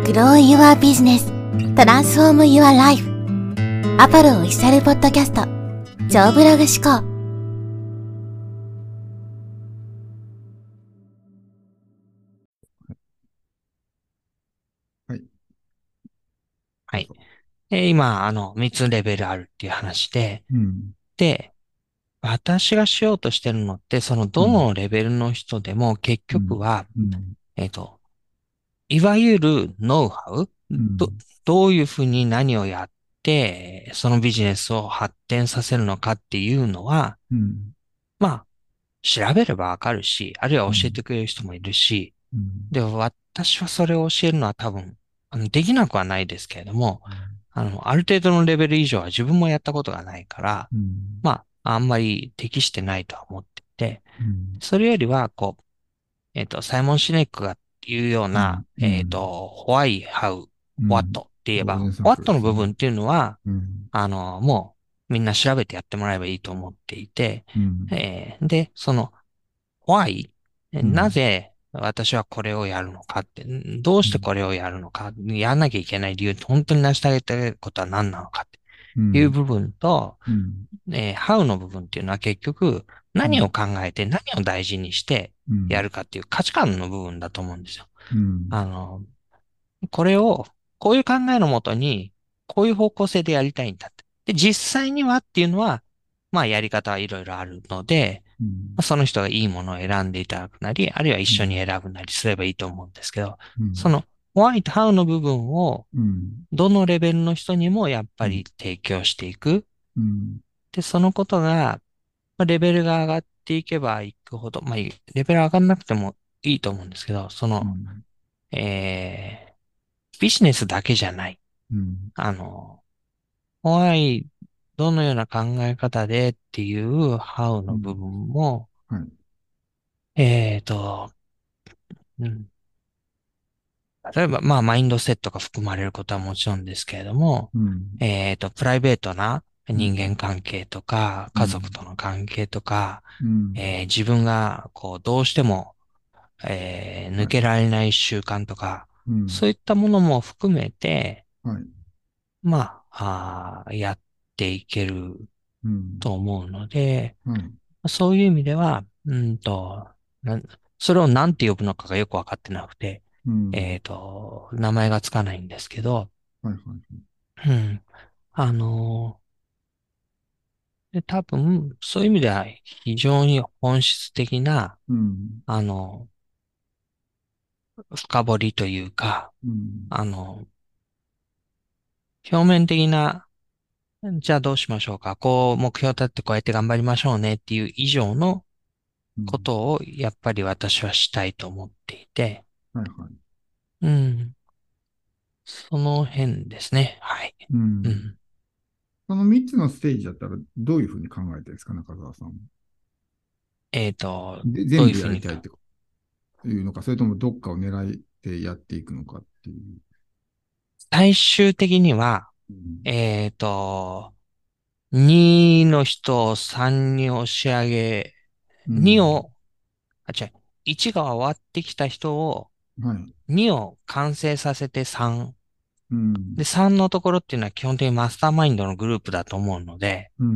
Grow Your Business Transform Your Life アパルオフィシャルポッドキャスト超ブログ思考。 はい。 はい。今、3つレベルあるっていう話で、 うん。 で、私がしようとしてるのって、そのどうん。 のレベルの人でも結うん。 局は、 うん。 えっと、いわゆるノウハウ、ど、 うん。 どういうふうに何をやって、そのビジネスを発展させるのかっていうのは、 うん。 まあ、調べればわかるし、あるいは教えうん。 てくれる人もいるし、 うん。 で、私はそれを教えるのは多分、できなくはないですけれども、ある程度のレベル以上は自分もやったことがないから、 うん。 まあ、あんまり適してないとは思っていて、 うん。 それよりは、サイモン・シネックが言うような、 うん。うん。 why, how, うん。 what って言えば、 ゴールデンサークル what ですね。 の部分っていうのは、 うん。 もうみんな調べてやってもらえばいいと思っていて、 うん。 で、その why? うん。 なぜ私はこれをやるのかって、どうしてこれをやるのか、やらなきゃいけない理由って本当に成し遂げてることは何なのかっていううん。 部分と、 うん。 how の部分っていうのは結局何をうん。 考えて何を大事にしてやるかっていう価値観の部分だと思うんですよ。 うん。 あの、これを、こういう考えのもとに、こういう方向性でやりたいんだって。で、実際にはっていうのは、まあやり方はいろいろあるので、 うん。 その人がいいものを選んでいただくなり、あるいは一緒にうん。 選ぶなりすればいいと思うんですけど、 うん。 その why と how の部分をうん。 どのレベルの人にもやっぱうん。 り提供していく。 うん。 で、そのことが、レベルが上がっていけばいくほど、レベル上がんなくてもいいと思うんですけど、えビジネスだけじゃない。 うん。 あの、why、どのような考え方でっていう how の部うん。 分も、 はい。 えっと、うん、例えば、マインドセットが含まれることはもちろんですけれども、 うん。 プライベートな人間うん。 関係とか、家族うん。 との関係とか、 うん。 自分が、どうしても、抜はい。 けられない習慣とか、 うん。 そういったものも含めて、 はい。 やっていけるうん。 と思うので、 はい。 そういう意味では、なんそれを何て呼ぶのかがよくわかってなくて、 うん。 名前がつかないんですけど、 はい。はい。 うん。あの多分、そういう意味では非常に本質的な、 うん。 あの、深掘りというか、 うん。 あの、表面的な、じゃあどうしましょうか。目標立ってこうやって頑張りましょうねっていう以上のうん。 ことをやっぱり私はしたいと思っていて、 はい。はい。 うん。その辺ですね。はい。 うん。 うん。 その3つのステージだったらどういうふうに考えてるんですか、中澤さん。で、 どう全部やいうふうにか。 りたいっていうのか、それともどっかを狙ってやっていくのかっていう。 最終的には、 うん。 えっと、2の人を3に押し上げ、2 うん。 を、違う、1が終わってきた人を、 はい。 2を完成させて3。 うん。 で、3のところっていうのは基本的にマスターマインドのグループだと思うので、 うん。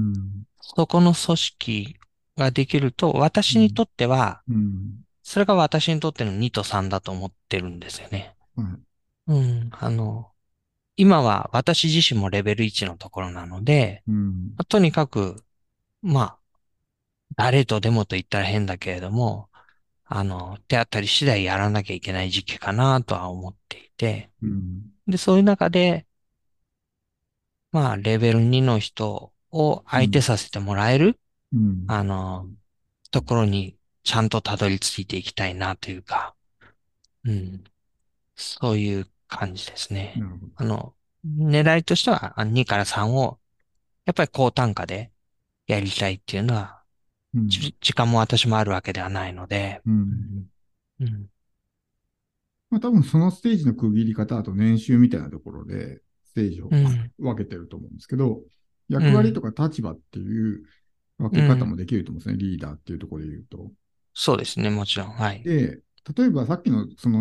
そこの組織ができると、 うん。 私にとっては、 うん。 それが私にとっての2と3だと思ってるんですよね。 はい。 うん。今は私自身もレベル1のところなので、 うん。 とにかく、まあ、誰とでもと言ったら変だけれども、手当たり次第やらなきゃいけない時期かなとは思っていて、 うん。 で、そういう中で、レベル2の人をうん。 相手させてもらえる、 うん。 あの、ところにちゃんとたどり着いていきたいなというか、うん、そういう感じですね。 なるほど。 狙いとしては2から3を、やっぱり高単価でやりたいっていうのは、 うん。 時間も私もあるわけではないので、 うん。 うん、うん、 まあ多分そのステージの区切り方、あと年収みたいなところでステージをうん、 分けてると思うんですけど、役割とうん、 か立場っていう分け方もうん。 できると思うんですね。リーダーっていうところで言うと。 そうですね、もちろん。はい。 で、例えばさっきのその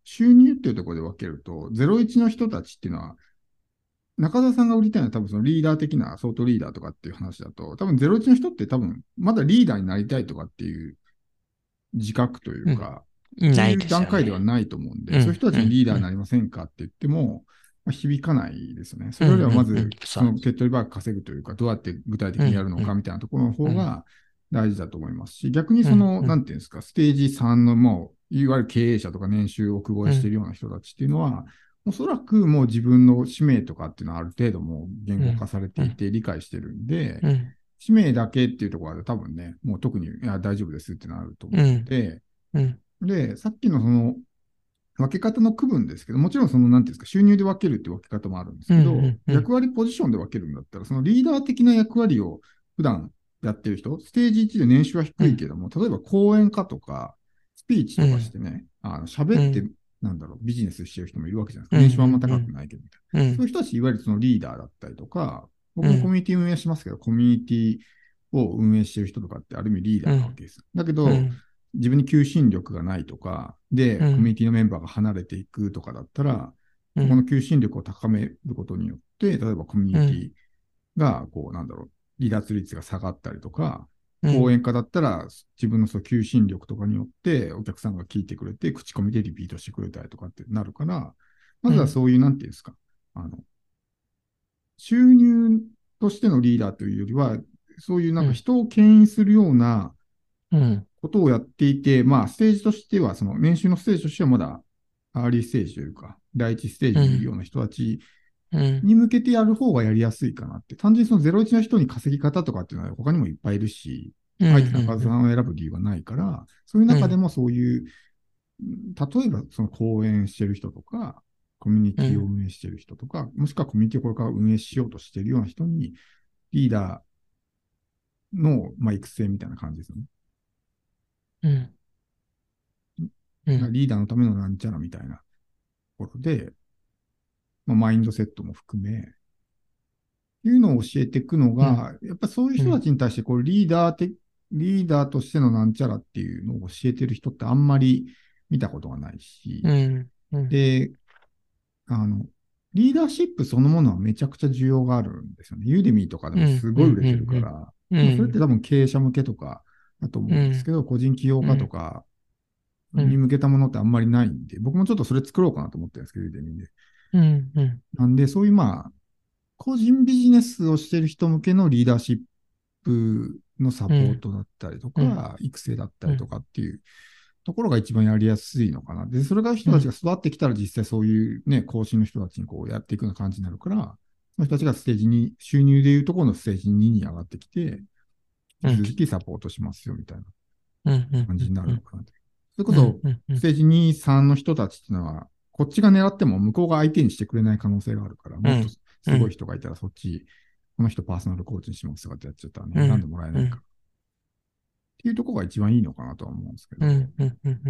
収入っていうところで分けると、01の人たちっていうのは、中澤さんが売りたいのは多分そのリーダー的なソートリーダーとかっていう話だと、多分01の人って多分まだリーダーになりたいとかっていう自覚というか、そうないですよいう段階ではね。 ないと思うんで、 うん、 そういう人たちにリーダーうん、 になりませんかって言っても、響かないですよね。そうん、 れよりはまうん、うん、 ず、 そう。 その手っ取り早く稼ぐというか、どうやって具体的うん、 にやるのうん、 かみたいなところのうん、 方が大事だと思いますし、逆にうん、 その、 うん、 なんていうんですか、ステージ3のもう、いわゆる経営者とか年収億超うん、 えしているような人たちっていうのは、おそらくもう自分の使命とかっていうのはある程度もう言語化されてうん、 いて理解してるんで、 うん、 使命だけっていうところで多分ね、もう特にいや大丈夫ですってなると思うのうん、 で、 うん、 で、さっきのその分け方の区分ですけど、もちろんその、なんていうんですか、収入で分けるって分け方もあるんですうけど、 ん、うん、 役割ポジションで分けるんだったら、そのリーダー的な役割を普段やってる人、ステージ1で年収はうん、 低いけども、例えば講演家とか、スピーチとかしうん、 てね、喋って、 うん、 なんだろう、ビジネスしてる人もいるわけじゃないですか。 うん、 年収はあんまうん、 高くないけど、みたいな。 うん、 そういう人たち、いわゆるそのリーダーだったりとか、僕うん、 もコミュニティ運営しますけど、コミュニティを運営してる人とかってある意味リーダーなわけです。だけど、 うん、 自分に求心力がないとか、で、コミュうん、 ニティのメンバーが離れていくとかだったら、 うん、 そこの求心力を高めることによって、例えばコミュニティが、こう、なんだろう、離脱率が下がったりとか、 うん、 講演家だったら、自分のその求心力とかによって、お客さんが聞いてくれて、口コミでリピートしてくれたりとかってなるから、まずはそういう、なんていうんですか、あの、収入としてのリーダーというよりは、そういうなんか人を牽引するようなうん、 ことをやっていて、まあ、ステージとしては、その年収のステージとしてはまだ、アーリーステージというか、第一ステージにいるような人たちうん、 に向けてやる方がやりやすいかなって。単純にその01の人に稼ぎ方とかっていうのは他にもいっぱいいるし、 うん、 あえて中うん、 澤さんを選ぶ理由はないから、そういううん、 中でもそういう、例えばその講演してる人とか、コミュニティを運営してる人とか、もしくはコミュニティをこれから運営しようとしているような人に、リーダーの、まあ、育成みたいな感じですよね。 うん、うん、 リーダーのためのなんちゃらみたいなところで、まあ、マインドセットも含め、いうのを教えていくのうん、 が、やっぱそういううん、 人たちに対してこうリーダーとしてのなんちゃらっていうのを教えてる人ってあんまり見たことがないし、 うん、うん、 で、あの、リーダーシップそのものはめちゃくちゃ需要があるんですよね。ユーデミーとかでもうん、 すごい売れてるかうん、 ら、 うん、 でもそれって多分経営者向けとかだと思うんですけど、個人起業家とかに向けたものってあんまりないんで、僕もちょっとそれ作ろうかなと思ってるんですけど、ユーデミーで。 うん、うん、 なんで、そういうまあ、個人ビジネスをしている人向けのリーダーシップのサポートだったりとうん、 か、育成だったうん、 りとかっていうところが一番やりやすいのかな。で、それが人たちうん、 が育ってきたら実際そういうね、後進の人たちにこうやっていくような感じになるから、その人たちがステージに、収入でいうところのステージ2に上がってきて、 うん、 引き続きサポートしますよみたいなうん、うん、 感じになるのかなと。それこうん、 そ、 うん、うん、 ステージ2、3の人たちっていうのは、こっちが狙っても向こうが相手にしてくれない可能性があるから、もっとすごい人がいたらそっち、この人パーソナルコーチにしますとかってやっちゃったらね、選んでもらえないから。っていうところが一番いいのかなとは思うんですけど。 うん、うん、うん、うん。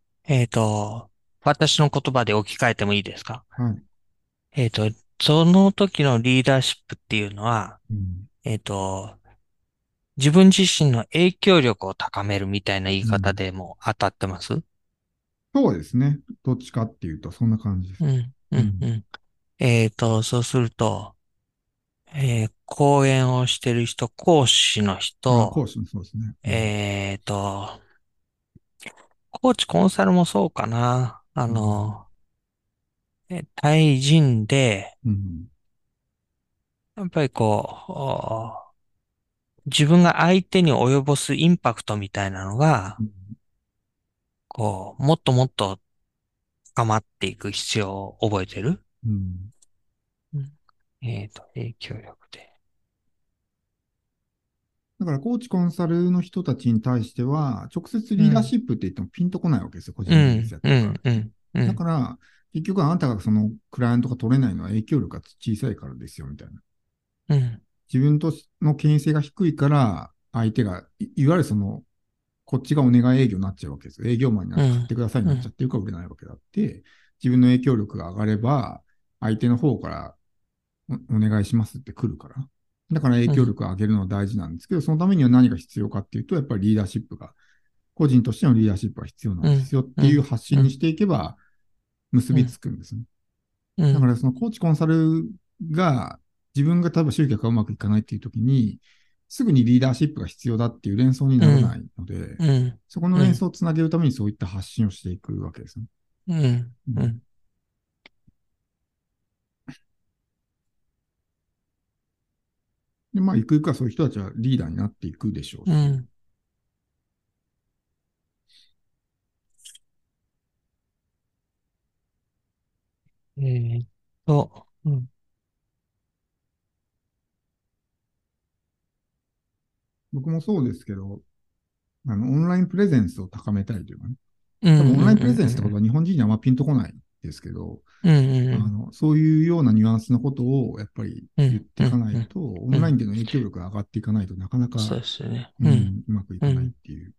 私の言葉で置き換えてもいいですか？ はい。 えっと、その時のリーダーシップっていうのは、 うん、 えっと、自分自身の影響力を高めるみたいな言いうん、 方でも当たってます？ そうですね。どっちかっていうと、そんな感じです。 うん、うん、ううん。 ん。そうすると、講演をしてる人、講師のあ、 人、 講師もそうですね。うん、 えっと、コーチ、コンサルもそうかな。 うん、 対人で、 うん、 やっぱり自分が相手に及ぼすインパクトみたいなのが、 うん、 もっともっと深まっていく必要を覚えてる。 うん。 うん、影響力で。 だから、コーチ、コンサルの人たちに対しては、直接リーダーうん、 シップって言ってもピンとこないわけですよ。個人ビジネスうん、 やってるから。 うん、うん、うん、 だから、結局あなたがそのクライアントが取れないのは影響力が小さいからですよ、みたいな。 うん、 自分との権威性が低いから、相手が、いわゆるその、こっちがお願い営業になっちゃうわけですよ。営業マンになって買っうん、 てくださいになっちゃうん、 ってるから売れないわけだって、自分の影響力が上がれば、相手の方からお願いしますって来るから。だから影うん、 響力を上げるのは大事なんですけど、そのためには何が必要かっていうと、やっぱりリーダーシップが、個人としてのリーダーシップが必要なんうん、 ですよっていううん、 発信にしていけば、 結びつくんですね。だからそのコーチコンサルが自分が多分集客がうまくいかないっていう時に、すぐにリーダーシップが必要だっていう連想にならないので、そこの連想をつなげるためにそういった発信をしていくわけですね。で、まあ、ゆくゆくはそういう人たちはリーダーになっていくでしょうし。 えーっと、 僕もそうですけど、オンラインプレゼンスを高めたいというかね。多分オンラインプレゼンスってことは日本人にあんまピンとこないですけど、そういうようなニュアンスのことをやっぱり言っていかないと、オンラインでの影響力が上がっていかないとなかなか、 そうですね。 うまくいかないっていう。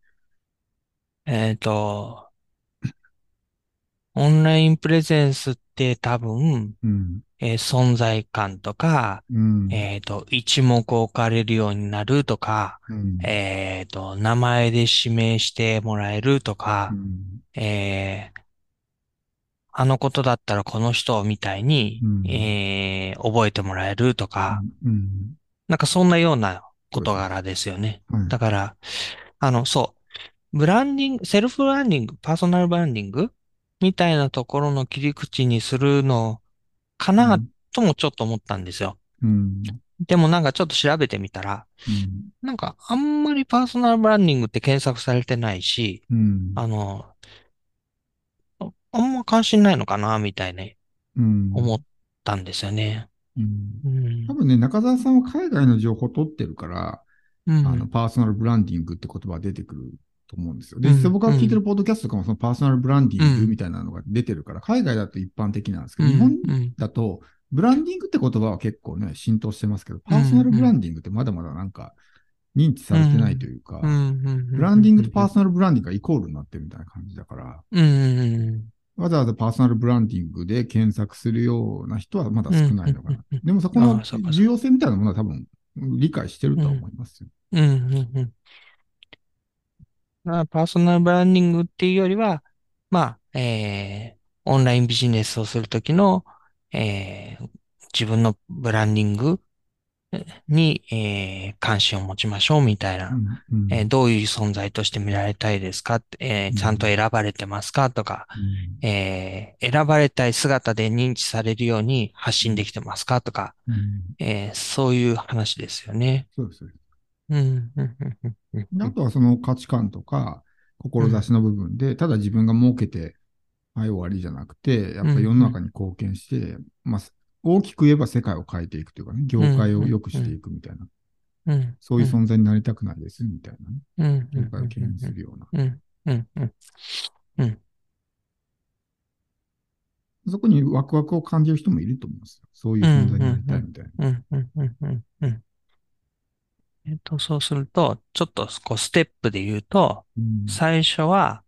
オンラインプレゼンスって多分、存在感とか、一目置かれるようになるとか、名前で指名してもらえるとか、あのことだったらこの人みたいに、覚えてもらえるとか、なんかそんなような事柄ですよね。だから、そう、ブランディング、セルフブランディング、パーソナルブランディングみたいなところの切り口にするのかなともちょっと思ったんですよ。でもなんかちょっと調べてみたら、なんかあんまりパーソナルブランディングって検索されてないし、あんま関心ないのかなみたいに思ったんですよね。 多分ね、中澤さんは海外の情報を取ってるから、パーソナルブランディングって言葉が出てくると思うんですよ。で、実際僕が聞いてるポッドキャストとかもそのパーソナルブランディングみたいなのが出てるから、海外だと一般的なんですけど、日本だとブランディングって言葉は結構ね、浸透してますけど、パーソナルブランディングってまだまだなんか認知されてないというか、ブランディングとパーソナルブランディングがイコールになってるみたいな感じだから、わざわざパーソナルブランディングで検索するような人はまだ少ないのかな。でもそこの重要性みたいなものは多分理解してるとは思いますよ。 パーソナルブランディングっていうよりは、まあ、オンラインビジネスをするときの、自分のブランディングに、関心を持ちましょうみたいな、どういう存在として見られたいですか、ちゃんと選ばれてますかとか、選ばれたい姿で認知されるように発信できてますかとか、そういう話ですよね。 そうです。あとはその価値観とか、志の部分で、ただ自分が儲けて、はい、終わりじゃなくて、やっぱり世の中に貢献して、まあ、大きく言えば世界を変えていくというかね、業界を良くしていくみたいな、そういう存在になりたくないです、みたいなね、業界を牽引するような。そこにワクワクを感じる人もいると思うんですよ。そういう存在になりたいみたいな。 そうすると、ちょっとこうステップで言うと、最初は、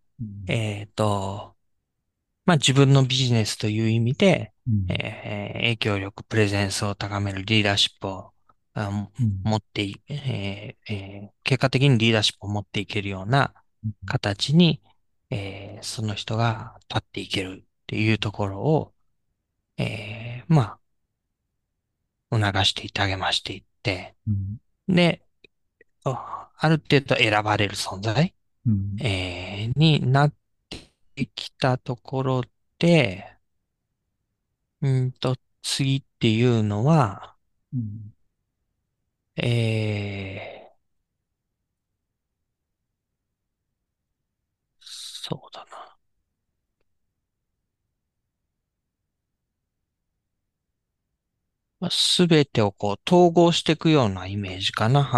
まあ、自分のビジネスという意味で、影響力、プレゼンスを高めるリーダーシップを持って結果的にリーダーシップを持っていけるような形に、その人が立っていけるっていうところを、まあ、促していって励ましていって、で、ある程度選ばれる存在、になってきたところで、次っていうのは、そうだな。すべてをこう統合していくようなイメージかな。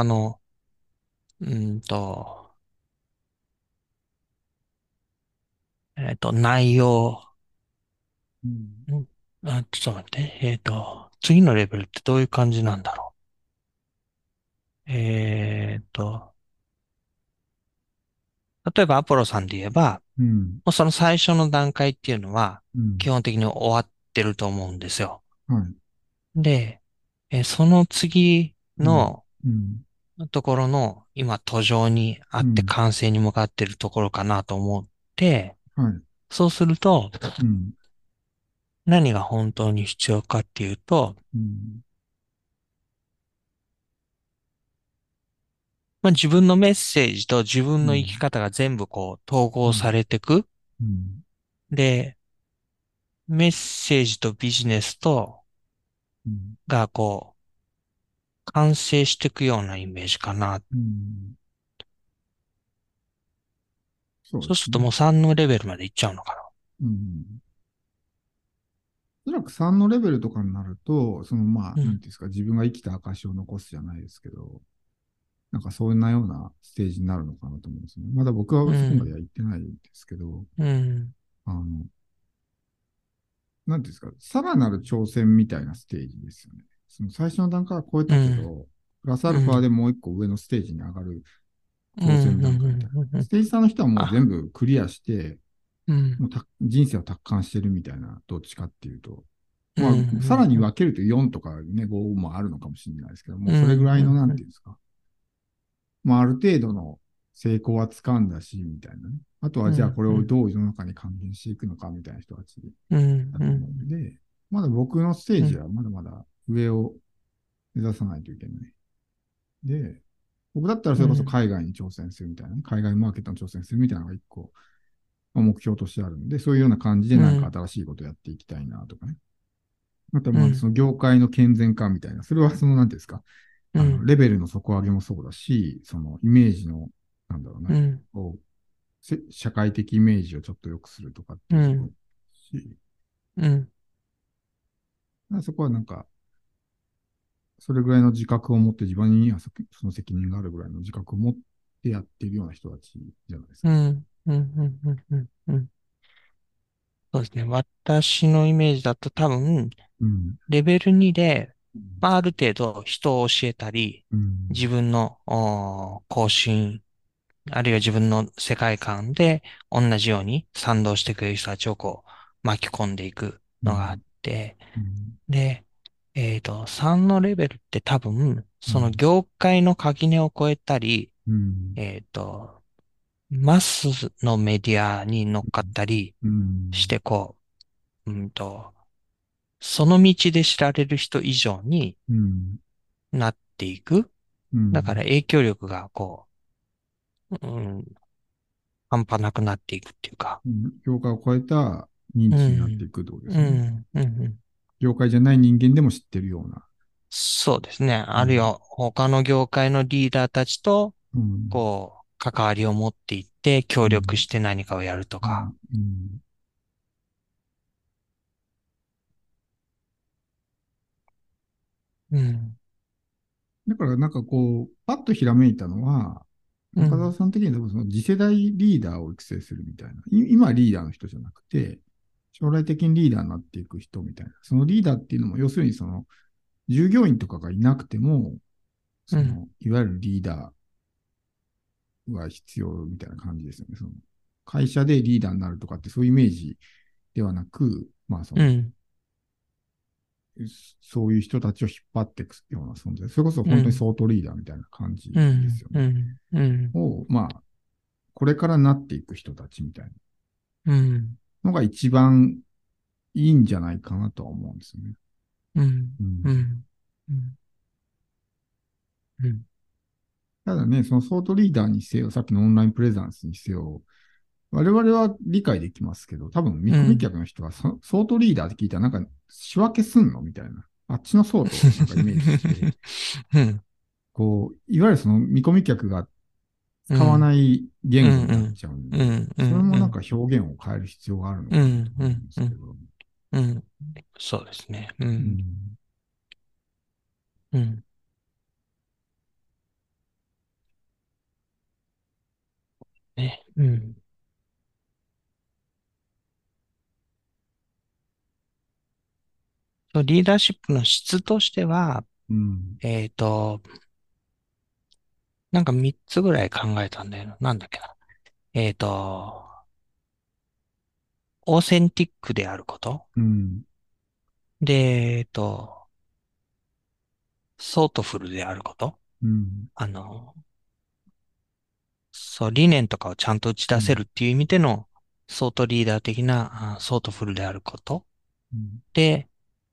内容。ちょっと待って。次のレベルってどういう感じなんだろう。例えばアポロさんで言えば、もうその最初の段階っていうのは、基本的に終わってると思うんですよ。で、その次のところの今途上にあって完成に向かってるところかなと思って、そうすると、 何が本当に必要かっていうと、 うん。 まあ、自分のメッセージと自分の生きうん。 方が全部こう統合さうん。 れていく。 うん。 で、メッセージとビジネスとうん。 がこう完成していくようなイメージかな。 うん。そうですね。 そうするともう3のレベルまでいっちゃうのかうん。おそらく3のレベルとかになると、まあ、 な。うん。 なんていうんですか、自分が生きた証を残すじゃないですけど、なんかそんなようなステージになるのかなと思うんですね。まだ僕はそこまでうん。 は行ってないんですけど、 うん。 あの、なんていうんですか、さらなる挑戦みたいなステージですよね。その最初の段階は超えうん。 たけど、プラスアルファでうん。 もう一個上のステージに上がるうん。 挑戦段階みたいな。 うん。 ステージ3の人はもう全あ、 部クリアして、 うん。 もう人生を達観してるみたいな、どっちかっていうと。 うまあ、さらにん。 分けると4とかね、5もあるのかもしれないですけど、もううそれぐらいの、なんていん。 うんですか。まあ、ある程度の成功はつかんだし、みたいなね。あとは、じゃあうん。 これをうん。 どう世の中に還元していくのか、みたいな人たちうん。 だと思うんうん。 で、まだ僕のステーうん。 ジはまだまだ上を目指さないといけない。で、僕だったらそれこそうん。 海外に挑戦するみたいなね、海外マーケットに挑戦するみたいなのが一個、まあ目標としてあるんで、そういうような感じでなんかうん。 新しいことをやっていきたいなとかね。あとはうん。 まあその業界の健全化みたいな、それはなんていうんですか、 うん。 レベルの底上げもそうだし、そのイメージの、なんだろうな、 うん。 こう、社会的イメージをちょっと良くするとかっていうそううん。 し、 うん。 そこはなんか、それぐらいの自覚を持って自分にはその責任があるぐらいの自覚を持ってやっているような人たちじゃないですか。 うん。うん。うん。うん。そうですね。私のイメージだと多分、 うん。 レベル2で、 うん。 まあ、ある程度人を教えたり、 うん。 自分の更新、あるいは自分の世界観で同じように賛同してくれる人たちをこう巻き込んでいくのがあっうん。 て、 うん。 で、3のレベルって多分、そのうん。 業界の垣根を越えたり、 うん。 えっと、マスのメディアに乗っかったりうん。 して、こう、その道で知られる人以上にうん。 なっていく。 うん。 だから影響力がこう、半端なくなっていくっていうか。 業界を超えた認う知になっていん、 くってことですよね。 うん、うん。 業界じゃない人間でも知ってるような。 そうですね。 うん。 あるいは他の業界のリーダーたちと、 うん。 こう、関わりを持っていって協力うん。 して何かをやるとか。 うん。うん。 うん、 だからなんかこう、パッとひらめいたのは、中澤うん、 さん的にはその次世代リーダーを育成するみたいな。今リーダーの人じゃなくて、将来的にリーダーになっていく人みたいな。そのリーダーっていうのも、要するに従業員とかがいなくても、 うん、 いわゆるリーダーが必要みたいな感じですよね。会社でリーダーになるとかってそういうイメージではなく、まあうん、 そういう人たちを引っ張っていくような存在。それこそ本当にうん、 相当リーダーみたいな感じうん、 ですよね。 うん、うん、 まあ、これからなっていく人たちみたいなうん、 のが一番いいんじゃないかなとは思うんですよね。 うん、 うん。 うん、うん、 ただね、そのソートリーダーにせよ、さっきのオンラインプレゼンスにせよ、我々は理解できますけど、多分見込みうん、 客の人はソートリーダーって聞いたらなんか仕分けすんのみたいな。あっちのソートをなんかイメージして、 うん、 こう、いわゆるその見込み客が使わうん、 ないう言語になっん、 ちゃうんで、 うん、うそれもなんかん、 表現を変える必要があるのうん、 かなとうん、 思うんですけど。 うん、そうですね。ううん、 ん。 うん、ね、うん。リーダーシップの質としては、 うん。 えっと、なんか3つぐらい考えたんだよな。なんだっけな。えっと、オーセンティックであること。 うん。 で、ソートフルであること。 うん。 あの、そう、理念とかをちゃんと打ち出せうん。 るっていう意味での、ソートリーダー的な、ソートフルであること。 で、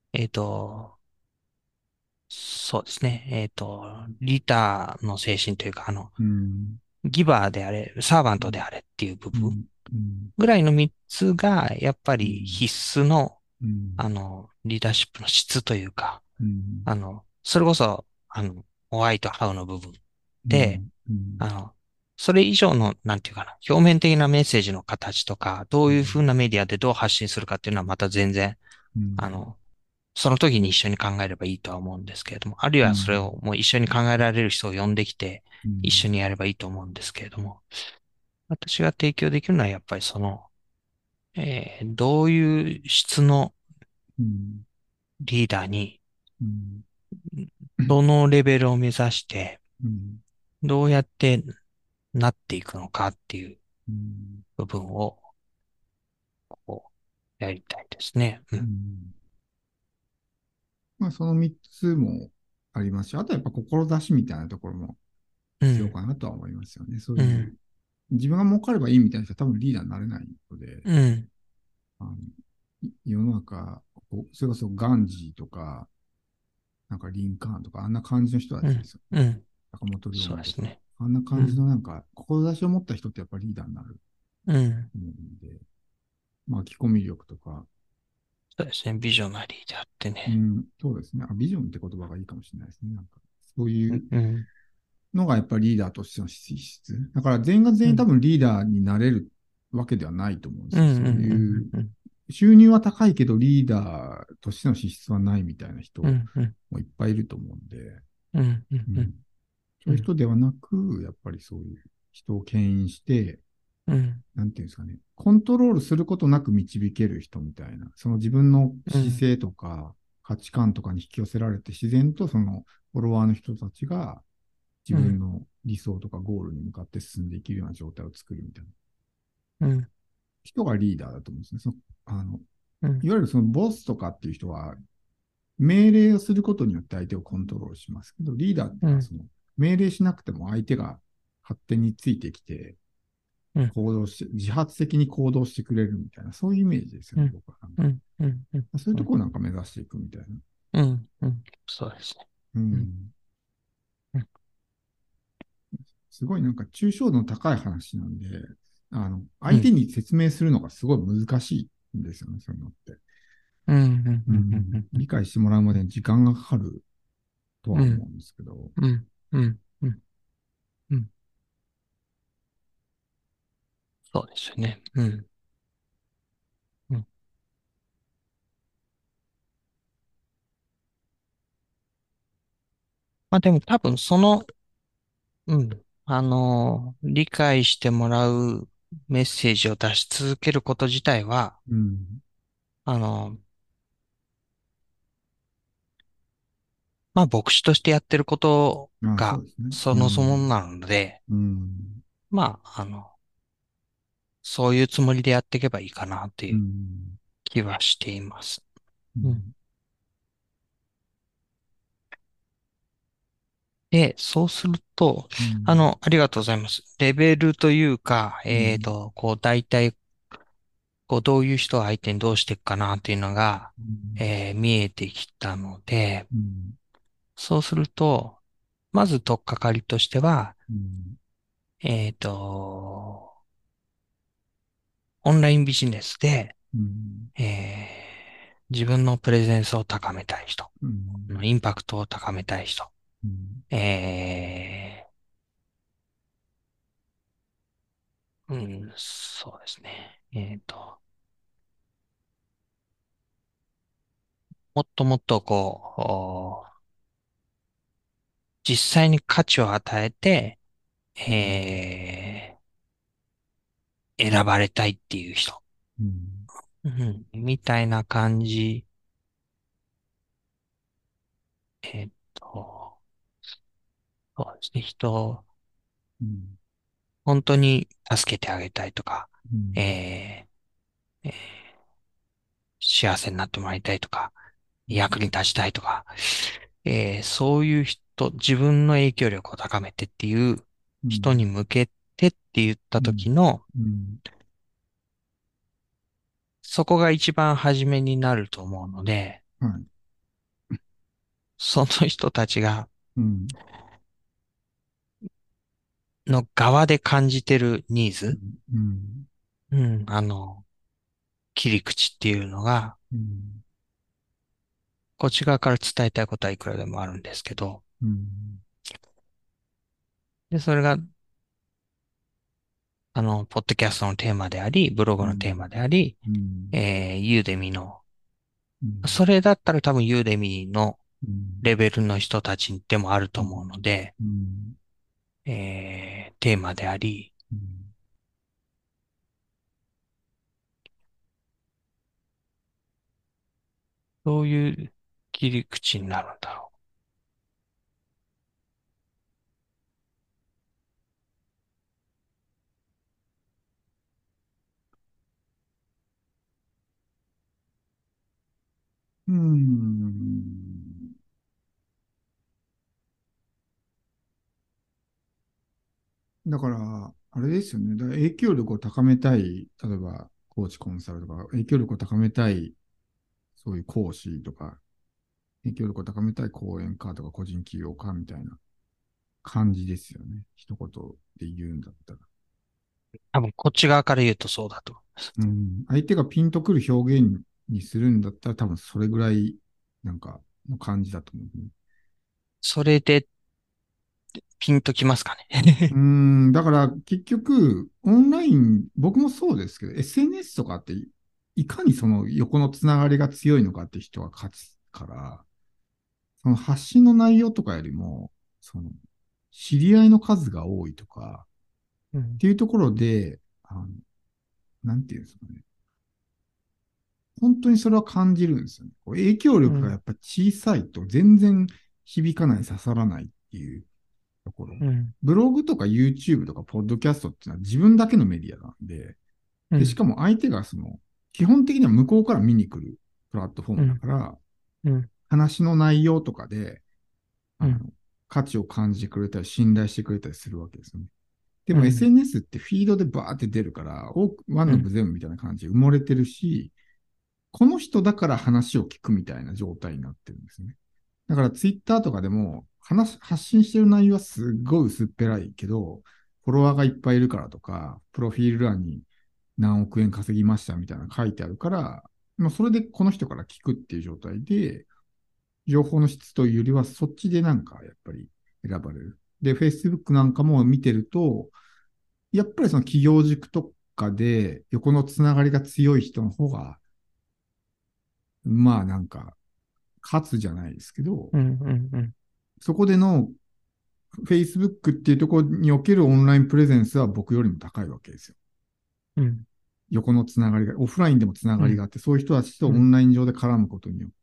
そうですね。リーダーの精神というか、ギバーであれ、サーバントであれっていう部分ぐらいの3つが、やっぱり必須の、リーダーシップの質というか、それこそ、ホワイトハウの部分で、それ以上の、なんていうかな、表面的なメッセージの形とか、どういうふうなメディアでどう発信するかっていうのはまた全然、その時に一緒に考えればいいとは思うんですけれども、あるいはそれをもう一緒に考えられる人を呼んできて、一緒にやればいいと思うんですけれども、私が提供できるのはやっぱりその、どういう質のリーダーに、どのレベルを目指して、どうやってなっていくのかっていう部分を、こう、やりたいですね。 まあ、その3つもありますし、あとやっぱ志みたいなところも必要かなとは思いますよね。そういう、自分が儲かればいいみたいな人は多分リーダーになれないので、あの世の中、それこそガンジーとか、なんかリンカーンとか、あんな感じの人たちですよね。坂本龍馬とか、あんな感じのなんか、志を持った人ってやっぱりリーダーになると思うんで、巻き込み力とか、 そうですね。ビジョナリーであってね。 そうですね。ビジョンって言葉がいいかもしれないですね。なんか、そういうのがやっぱりリーダーとしての資質。だから全員が全員多分リーダーになれるわけではないと思うんですよ。そういう、収入は高いけどリーダーとしての資質はないみたいな人もいっぱいいると思うんで、そういう人ではなく、やっぱりそういう人を牽引して、なんていうんですかね、コントロールすることなく導ける人みたいな、その自分の姿勢とか価値観とかに引き寄せられて、自然とそのフォロワーの人たちが自分の理想とかゴールに向かって進んでいけるような状態を作るみたいな人がリーダーだと思うんですね。いわゆるそのボスとかっていう人は命令をすることによって相手をコントロールしますけど、リーダーっていうのはその命令しなくても相手が勝手についてきて、行動して、自発的に行動してくれるみたいな、そういうイメージですよね、僕は。そういうところなんか目指していくみたいな。 そうですね。 すごいなんか抽象度の高い話なんで、相手に説明するのがすごい難しいんですよね、そういうのって。理解してもらうまでに時間がかかるとは思うんですけど。 そうですよね。まあでも多分その、理解してもらうメッセージを出し続けること自体は、あの、まあ牧師としてやってることがそうですね。 そもそもなので、まあ、そういうつもりでやっていけばいいかなという気はしています。で、そうすると、ありがとうございます。レベルというか、こう、大体、こう、どういう人を相手にどうしていくかなというのが、見えてきたので、そうすると、まず取っかかりとしては、えっと、オンラインビジネスで、自分のプレゼンスを高めたい人、インパクトを高めたい人、そうですね。もっともっとこう、実際に価値を与えて、選ばれたいっていう人、みたいな感じ。えーっと、そうですね。本当に助けてあげたいとか、えーえー幸せになってもらいたいとか、役に立ちたいとか、そういう人、自分の影響力を高めてっていう人に向けてって言った時の、 そこが一番初めになると思うので、 はい。 その人たちが、 うん。 の側で感じてるニーズ、 うん。うん。 うん、切り口っていうのが、 うん。 こっち側から伝えたいことはいくらでもあるんですけど、 うん。 で、それが、ポッドキャストのテーマであり、ブログのテーマであり、 うん。 ユーデミの、 うん。 それだったら多分ユーデミのうん。 レベルの人たちでもあるとうん。 思うので、 うん。 テーマであり、 うん。 そういう切り口になるんだろうん。だから、あれですよね。だから影響力を高めたい、例えば、コーチコンサルとか、影響力を高めたい、そういう講師とか、影響力を高めたい講演家とか個人起業家みたいな感じですよね。一言で言うんだったら。 う。多分こっち側から言うとそうだと思います。 うん。相手がピンとくる表現にするんだったら、多分それぐらい、なんか、の感じだと思う、ね。 それでピンときますかね。 だから結局、オンライン、僕もそうですけど、SNS とかっていかにその横のつながりが強いのかって人が勝つから、その発信の内容とかよりも、その、知り合いの数が多いとか、 うん、 っていうところで、なんていうんですかね。本当にそれは感じるんですよね。こう影響うん、 力がやっぱ小さいと全然響かない、刺さらないっていうところ。 うん、 ブログとか YouTube とかポッドキャストっていうのは自分だけのメディアなんで、で、しうん、 かも相手がその、基本的には向こうから見に来るプラットフォームだうん、 から、 うん、 話の内容とかで、あの、 うん、 価値を感じてくれたり、信頼してくれたりするわけですよね。でもうん、 SNS ってフィードでバーって出るから、ワンの部全部みたいな感じで埋もれてるし、この人だから話を聞くみたいな状態になってるんですね。だからツイッターとかでも発信してる内容はすっごい薄っぺらいけど、フォロワーがいっぱいいるからとか、プロフィール欄に何億円稼ぎましたみたいなの書いてあるから、まあ、それでこの人から聞くっていう状態で、情報の質というよりはそっちでなんかやっぱり選ばれる。で、Facebook なんかも見てると、やっぱりその企業塾とかで横のつながりが強い人の方が、まあなんか、勝つじゃないですけど、 うん、うん、うん、 そこでの Facebook っていうところにおけるオンラインプレゼンスは僕よりも高いわけですよ。 うん、 横のつながりが、オフラインでもつなうん、 がりがあって、そういう人たちとオうん、 ンライン上で絡むことによって、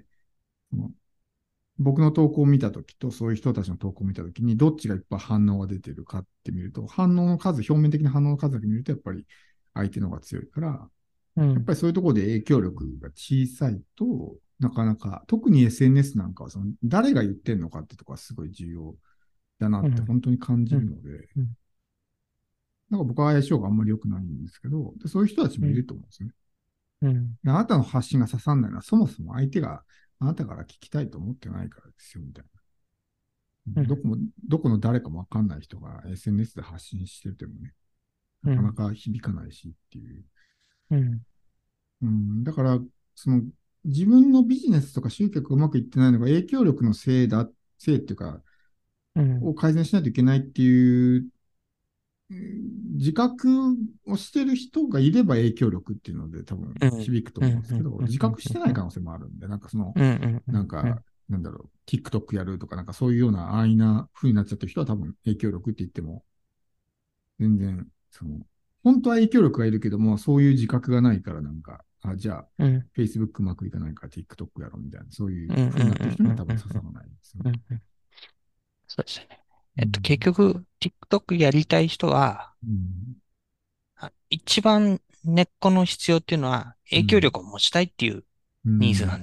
その僕の投稿を見たときと、そういう人たちの投稿を見たときに、どっちがいっぱい反応が出てるかって見ると、反応の数、表面的な反応の数だけ見ると、やっぱり相手の方が強いから、やっぱりそういうところで影響力が小さいと、なかなか、特に SNS なんかはその、誰が言ってんのかってところはすごい重要だなってうん、 本当に感うん、 じるので、 うん、 なんか僕は相性があんまり良くないんですけど、でそういう人たちもいると思うんですね。 うん、 あなたの発信が刺さんないのは、そもそも相手があなたから聞きたいと思ってないからですよ、みたいな。 うん、 どこの誰かもわかんない人が SNS で発信しててもね、なかなか響かないしっていう。 うん、 だから、その、自分のビジネスとか集客がうまくいってないのが影響力のせいっていうか、 うん、 を改善しないといけないっていう自覚をしてる人がいれば影響力っていうので多分うん、 響くとうん、 思うんですけど、自覚してない可能性もあるんで、なんかその、 うん、 なんか、なんだろう、TikTok やるとか、なんかそういうような安易な風になっちゃってる人は多分影響力って言っても、全然、その、本当は影響力がいるけども、そういう自覚がないからなんか、じゃあ、 うん、 Facebook うまくいかないから TikTok やろうみたいな、そういううん、 風になってる人には多分刺さうん、 らないですよね。 うん、そうですよね。 うん。 結局、TikTok やりたい人は、 うん。 一番根っこの必要っていうのは、影響うん。 力を持ちたいっていううん。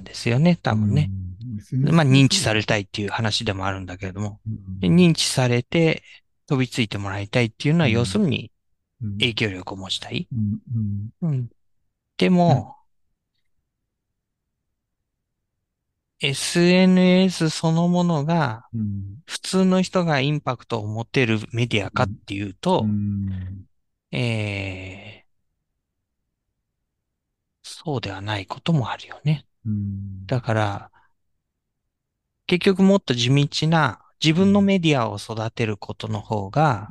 ニーズなんですよね、多う分ね。 ん。 まあ、 SNS 系は認知そうです。 されたいっていう話でもあるんだけれども、 うん。 で認知されて飛びついてもらいたいっていうのは、要すうん。 るにうん。 影響力を持ちたい。 うん。うん。 うん。 でも、SNS そのものがうん。 普通の人がインパクトを持てるメディアかっていううと、 ん。 そうではないこともあるよね。 うん。 だから、結局もっと地道な自分のメディアを育てることの方が、 うん。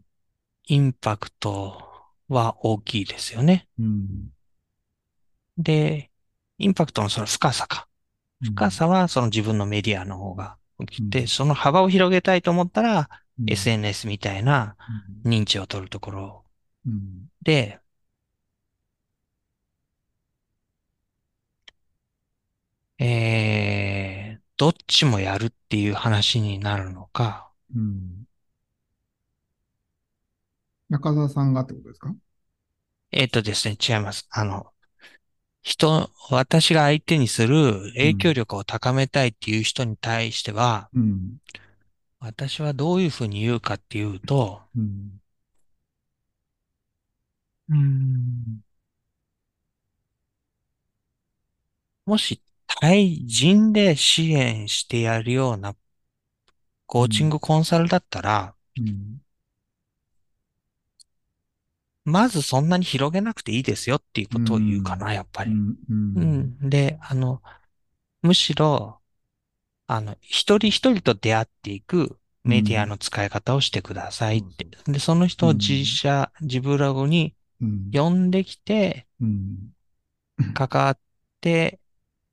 インパクトは大きいですよね。 うん。 で、インパクトのその深さか。 うん。 深さはその自分のメディアの方が大きくて、 うん。 その幅を広げたいと思ったら、 うん。 SNS みたいなうん。 認知を取るところうん。 で、どっちもやるっていう話になるのか。 うん。中澤さんがってことですか？ ですね、違います。私が相手にする影響うん。 力を高めたいっていう人に対しては、 うん。 私はどういうふうに言うかっていうと、 うん。 うーんもし対人で支援してやるようなコーチンうん。 グコンサルだったら、 うん。 まずそんなに広げなくていいですよっていううことを言うかん。 な、やっぱり。 うん。うん。 うん。で、むしろ、一人一人と出会っていくメディアの使い方をしてくださいって。 そうそう。 で、その人うをん。 自ブログにうん。 呼んできて、 うん。 関わって、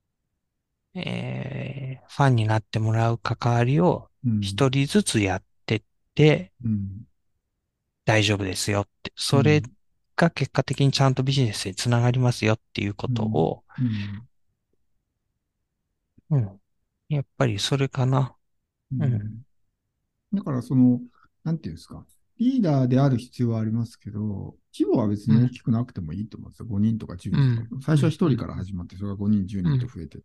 ファンになってもらう関わりをうん。 一人ずつやってってうん。 大丈夫ですよって。それうん。 が結果的にちゃんとビジネスにつながりますよっていうこうん。 とを、 うん。 うん。やっぱりそれかな。 ううん。 ん。だからなんていうんですか。リーダーである必要はありますけど、規模は別うん。 に大きくなくてもいいと思うんですよ。5人とか10人とか。 うん。うん。 最初は1 うん。 人から始まって、それが5人、10人とうん。 増えていって、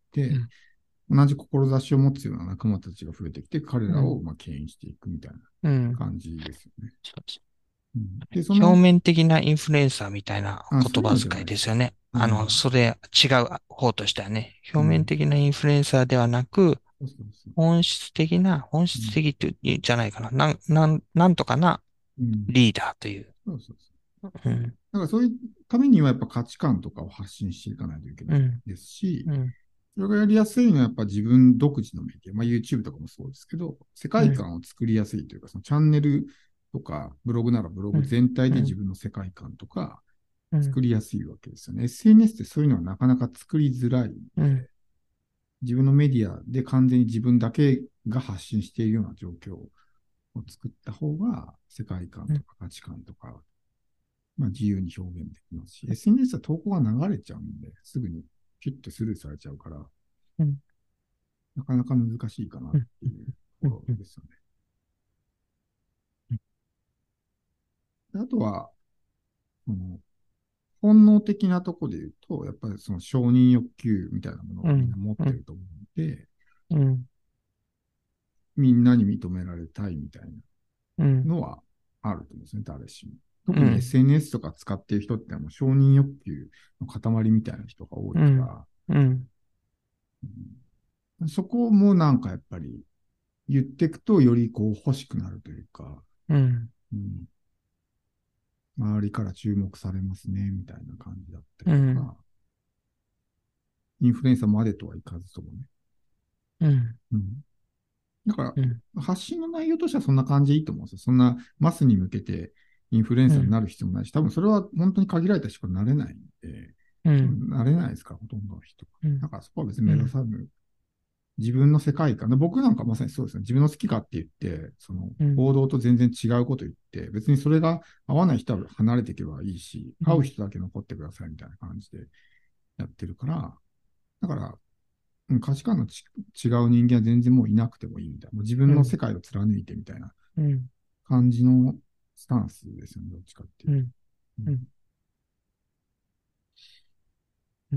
うん。 同じ志を持つような仲間たちが増えてきて、彼うん。 らを牽引していくみたいなうん。 感じですよね。 そうです。 うん、で、 表面的なインフルエンサーみたいなそういうのでは言葉遣いないです。 ですよね。 うん。 それ違う方としてはね。表面うん。 的なインフルエンサーではなく、 そうそうそう。 本うん。 質的っていうんじゃないかな。なんとかなうん。 リーダーという。 そうそうそう。 うん。 だからそういうためにはやっぱ価値観とかを発信していかないといけないうん。 ですし、 うん。 それがやりやすいのはやっぱ自分独自のメディア、YouTube とかもそうですけど、世うん。 界観を作りやすいというか、そのチャンネルとかブログならブロうん。 グ全体うん。 で自分の世界観とかうん。 作りやすいわけですよね。SNS ってそういうのはなかなか作りづらいんうん。 で、自分のメディアで完全に自分だけが発信しているような状況を作った方が世界観うん。 とか価値観とか、自由に表現できますし、SNS は投稿が流れちゃうんで、すぐにピュッとスルーされちゃうから、 うん。 なかなか難しいかなっうん。 ていうとこうん。うん。 ろですよね。あとは、その本能的なところで言うと、やっぱりその承認欲求みたいなものはみんなうん。 持ってると思うので、 うん。 みんなに認められたいみたいなうん。 のはあると思うんですね、誰しも。 うん。 特に SNS とか使っている人ってもう承認欲求の塊みたいな人が多いうん。 から、 うん。 そこもなんかやっぱり言っていくとより欲しくなるというか、 うん。 うん、周りから注目されますね、みたいな感じだったりうん。 とか、インフルエンサーまでとはいかずともね。 うん。 うん、だかうん。 ら、発信の内容としてはそんな感じでいいと思うんですよ。そんなマスに向けてインフルエンサーになる必要もないし、多分それは本当に限られた人しかなれないんで、 うん。 なれないですから、ほとんどの人。 うん。 だからそこは別に目指さず、自分の世界観、僕なんかまさにそうですね、自分の好きかって言って、そのうん。 報道と全然違うこと言って、別にそれが合わない人は離れていけばいいし、 うん。 合う人だけ残ってくださいみたいな感じでやってるから、だから、価値観の違う人間は全然もういなくてもいいみたいな、もう自分の世界を貫いてみたいなうん。 感じのスタンスですよね、どっちかっていうと。 うん。 うん、 うん。うん。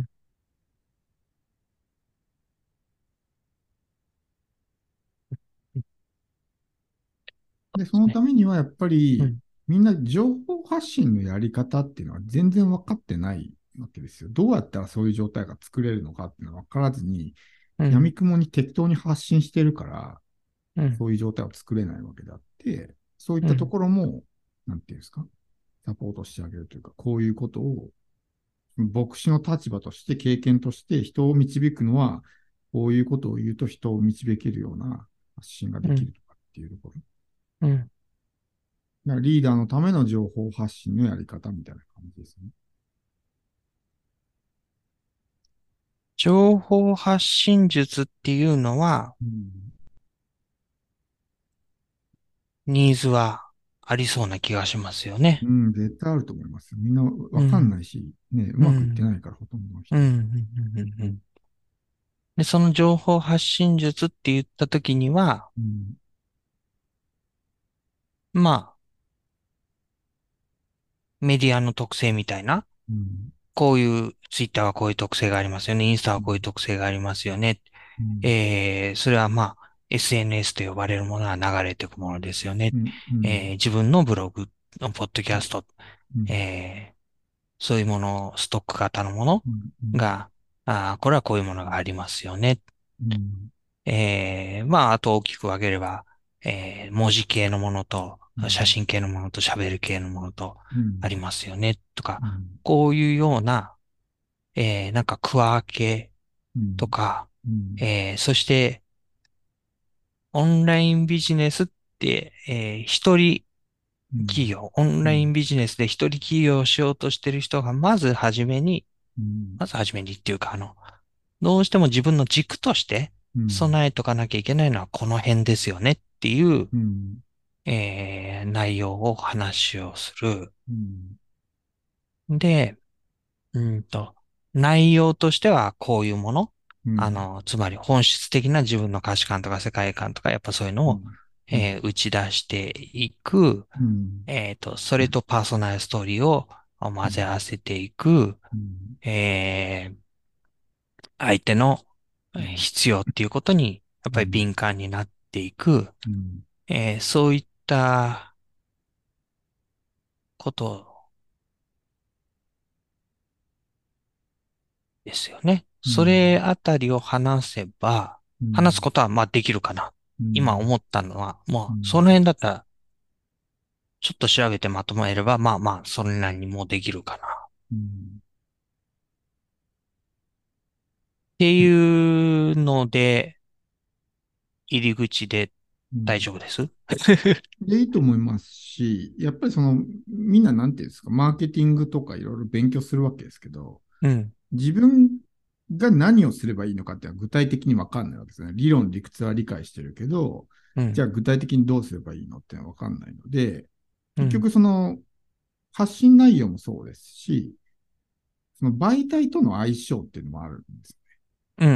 で、そのためにはやっぱり、 うん。 みんな情報発信のやり方っていうのは全然分かってないわけですよ。どうやったらそういう状態が作れるのかっていうのは分からずに、 うん。 闇雲に適当に発信してるから、 うん。 そういう状態を作れないわけであって、そういったとうん。 ころも、なんていうんですか、サポートしてあげるというか、こういうことを、牧師の立場として、経験として人を導くのは、こういうことを言うと人を導けるような発信ができるとかっていうところ。 うん。 だからリーダーのための情報発信のやり方みたいな感じですね。 情報発信術っていうのは、 うん。 ニーズはありそうな気がしますよね。 うん、絶対あると思いますよ。みんなわかんうん。 ないし、ね、うまくいってうん。 ないから、ほとんどの人。 うん。うん。うん。うん。で、その情報発信術って言ったときには、 うん。 まあ、メディアの特性みたいな、 うん。 こういう、ツイッターはこういう特性がありますよね。インスタうん。 はこういう特性がありますよね。 うん。 それはまあ、SNS と呼ばれるものは流れていくものですよね。 うん。うん。 自分のブログ、ポッドキャスト、 うん。 そういうもの、ストック型のものうん。うん。 が、これはこういうものがありますよね。 うん。 まあ、あと大きく分ければ、文字系のものと、写うん。 真系のものと喋る系のものとうん。 ありますよね。とか、 うん。 こういうような、なんか区分けうん。 とか、 うん。 そして、オンラインビジネスって、一人うん。 企業、オンラインビジネスで一人企業をしようとしてる人が、 うん。 まずはじめにっていうか、どうしても自分の軸としてうん。 備えとかなきゃいけないのはこの辺ですよねっていう、 うん。 内容を話をする。 うん。 で、内容としてはこういうもの。 うん。 つまり本質的な自分の価値観とか世界観とか、やっぱそういうのを、 うん。うん。 打ち出していく。 うん。 それとパーソナルストーリーを混ぜ合わせていく。 うん。 えー相手のうん。 必要っていうことに、やっぱりうん。 敏感になっていく。 うん。 そういったことですよね。 うそれん。 あたりを話せば、 うん。 話すことはまあできるかな。 うん。 今思ったのは、もうそのうん。 辺だったら、ちょっと調べてまとめれば、まあまあ、それなりにもうできるかな。っうん。 ていうので、入り口で大うん。 丈夫です。 で、いいと思いますし、やっぱりみんななんていうんですか、マーケティングとかいろいろ勉強するわけですけど、 うん、 自分が何をすればいいのかっていうのは具体的にわかんないわけですね。理論、理屈は理解してるけど、 うん、 じゃあ具体的にどうすればいいのっていうのはわかんないので、 うん、 結局発信内容もそうですし、その媒体との相性っていうのもあるんです。 うん、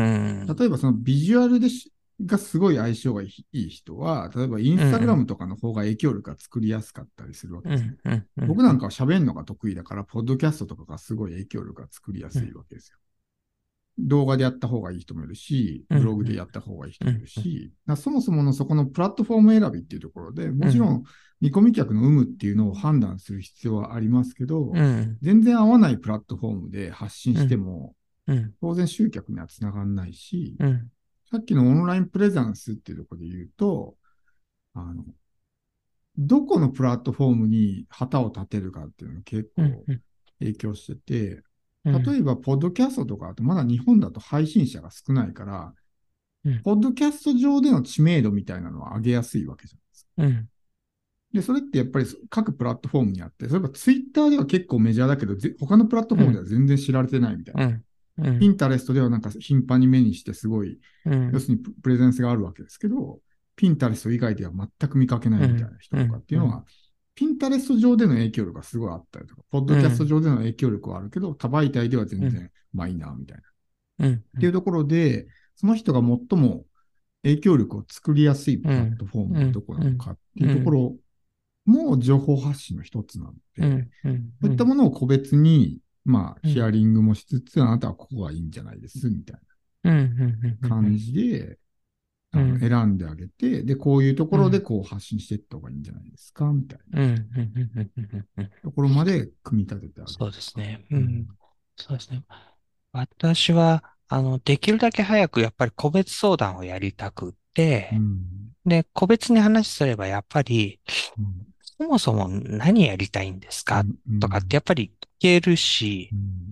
例えばそのビジュアルがすごい相性がいい人は、例えばインうん、 スタグラうん、 ムとかの方が影響力が作りやすかったりするわけですね。 うん、うん、うん、 僕なんかは喋るのが得意だから、ポッドキャストとかがすごい影響力が作りやすいわけですよ。動画でやった方がいい人もいるし、 うん、 ブログでやった方がいい人もいるうん、 し、そもそものそこのプラットフォーム選びっていうところで、もうん、 ちろん見込み客の有無っていうのを判断する必要はありますけど、 うん、 全然合わないプラットフォームで発信うん、 しても、 うん、 当然集客にはつながらないし、 うん、 さっきのオンラインプレゼンスっていうところで言うと、あの、どこのプラットフォームに旗を立てるかっていうのが結うん、 構影響してて、 うん、 例えば、ポッドキャストとかだとまだ日本だと配信者が少ないから、 うん、 ポッドキャスト上での知名度みたいなのは上げやすいわけじゃないですか。 うん、 で、それってやっぱり各プラットフォームにあって、例えばツイッターでは結構メジャーだけど、他のプラットフォームでは全然知られてないみたいな。 うん、うん、 ピンタレストではなんか頻繁に目にしてすごい、要するにプレゼンスがあるわけですけど、ピンタレスト以外では全く見かけないみたいな人とかっていうのは、ピンタレスト上での影響力がすごいあったりとか、ポッドキャスト上での影響力はあるけど、多媒体では全然マイナーみたいな。っていうところで、その人が最も影響力を作りやすいプラットフォームがどこなのかっていうところも情報発信の一つなので、そういったものを個別に、ヒアリングもしつつ、あなたはここがいいんじゃないですみたいな感じで、選んであげて、で、こういうところでこう発信していった方がいいんじゃないですかみたいなところまで組み立ててあげるそうですとか。 ね。 うん。 そうですね。私は、できるだけ早くやっぱり個別相談をやりたくって、 うん。 で、個別に話すればやっぱり、 うん。 そもそも何やりたいんですかうん。うとかってん。 やっぱり聞けるし、 うん。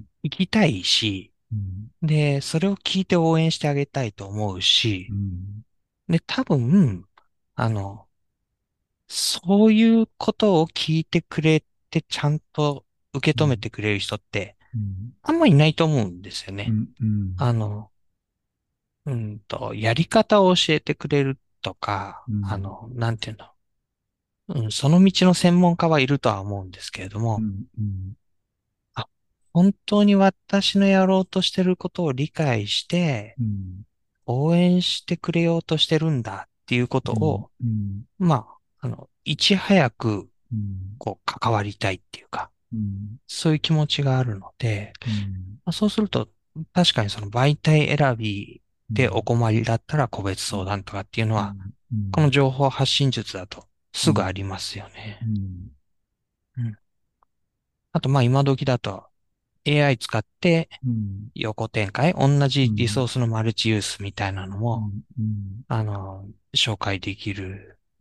聞きたいし、 うん。 で、それを聞いて応援してあげたいと思ううし、 ん。 で、多分、あの、そういうことを聞いてくれてちゃんと受け止めてくれる人ってうん。 あんまいないと思うんですよね。 うん。うん。 あの、やり方を教えてくれるとか、 うん。 なんていうの、その道の専門家はいるとは思うんですけれども、 うん。うん。 あ、本当に私のやろうとしてることを理解して、 うん。 応援してくれようとしてるんだっていうことうん。 を、 うん。 まいち早く、 うん。 こう、関わりたいっていうか、 うん。 そういう気持ちがあるので、 うん。 そうすると、確かにその媒体選びでおうん。 困りだったら個別相談とかっていうのは、 うん。うん。 この情報発信術だとすぐありうん。 ますよね。 うん。 うん。あと、今時だと AI 使ってうん。 横展開、同じリソーうん。 スのマルチユースみたいなのも、 うん。うん。 紹介できるうん。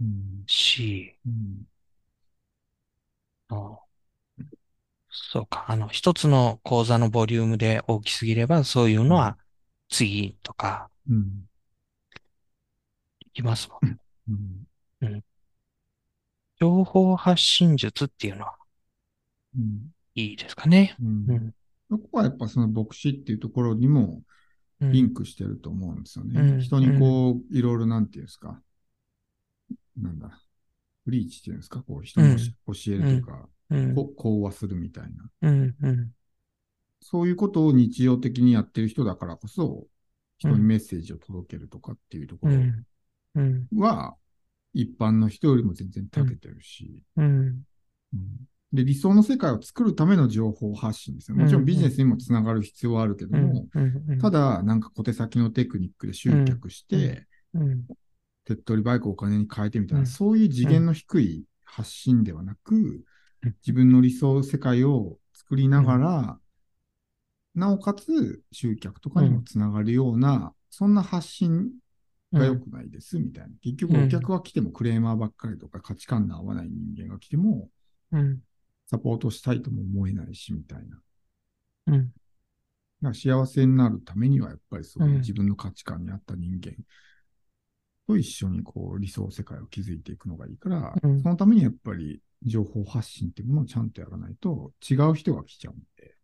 し、 うん。 あのそうか、一つの講座のボリュームで大きすぎれば、そういうのは次とか、 うん。 いきますもうん。 ん。うん。情報発信術っていうのはうん。 いいですかね。 うん。 うん。 そこはやっぱその牧師っていうところにもリンうん。 クしてると思うんですよね。 うん。 人にうん。 こう、いろいろなんていうんですか、なんだ、ブリーチっていうんですか、こう、人にうん。 教えるうん。 というか、 うん。 講話するみたいな。 うん。うん。 そういうことを日常的にやってる人だからこそ、人にうん。 メッセージを届けるとかっていうところうん。うん。 は、一般の人よりも全然長けうん。 てるし、 うん。 うん、で、理想の世界を作るための情報発信ですね。 うん。 もちろんビジネスにもつながる必要はあるけどうん。 も、 うん。 ただ、なんか小手先のテクニックでうん。 集客しうん。 て、 うん。 手っ取り早くお金に変えてみたいな、 うん。 そういう次元の低い発信ではなく、自分の理想世界を作りながら、なおかつ集客とかにもつながるような、そんな発信が良くないですみたいな。結局お客が来てもクレーマーばっかりとか価値観の合わない人間が来てもサポートしたいとも思えないしみたいな。だから幸せになるためにはやっぱりそういう自分の価値観に合った人間と一緒にこう理想世界を築いていくのがいいから、そのためにやっぱり情報発信っていうものをちゃんとやらないと違う人が来ちゃうんで、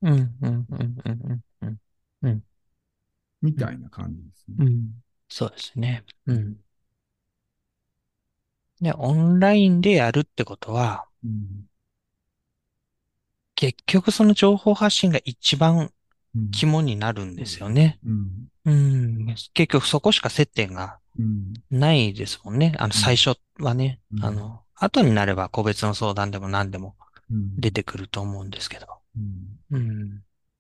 みたいな感じですね。 そうですね。うん。で、オンラインでやるってことは、 うん。 結局その情報発信が一番うん。 肝になるんでそうですね。 すよね。 うん。 うん。結局そこしか接点がうん。 ないですもんね。 うん。 最初はね。 うん。 後になれば個別の相談でも何でもうん。 出てくると思うんですけど。 うん。 うん。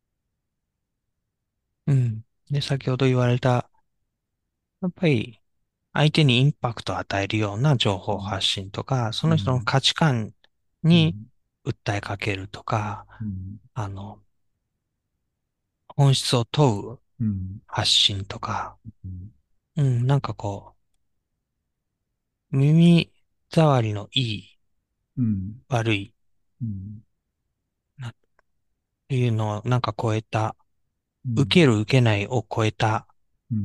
うん。で、先ほど言われた、やっぱり相手にインパクトを与えるような情報発信とか、その人のうん。 価値観にうん。 訴えかけるとか、 うん。 あの、本質を問ううん。 発信とか、 うん。 なんかこう、耳障りのいい、 うん。 悪い、 うん。 なっていうのをなんか超えた、 うん。 受ける受けないを超えた、 うん。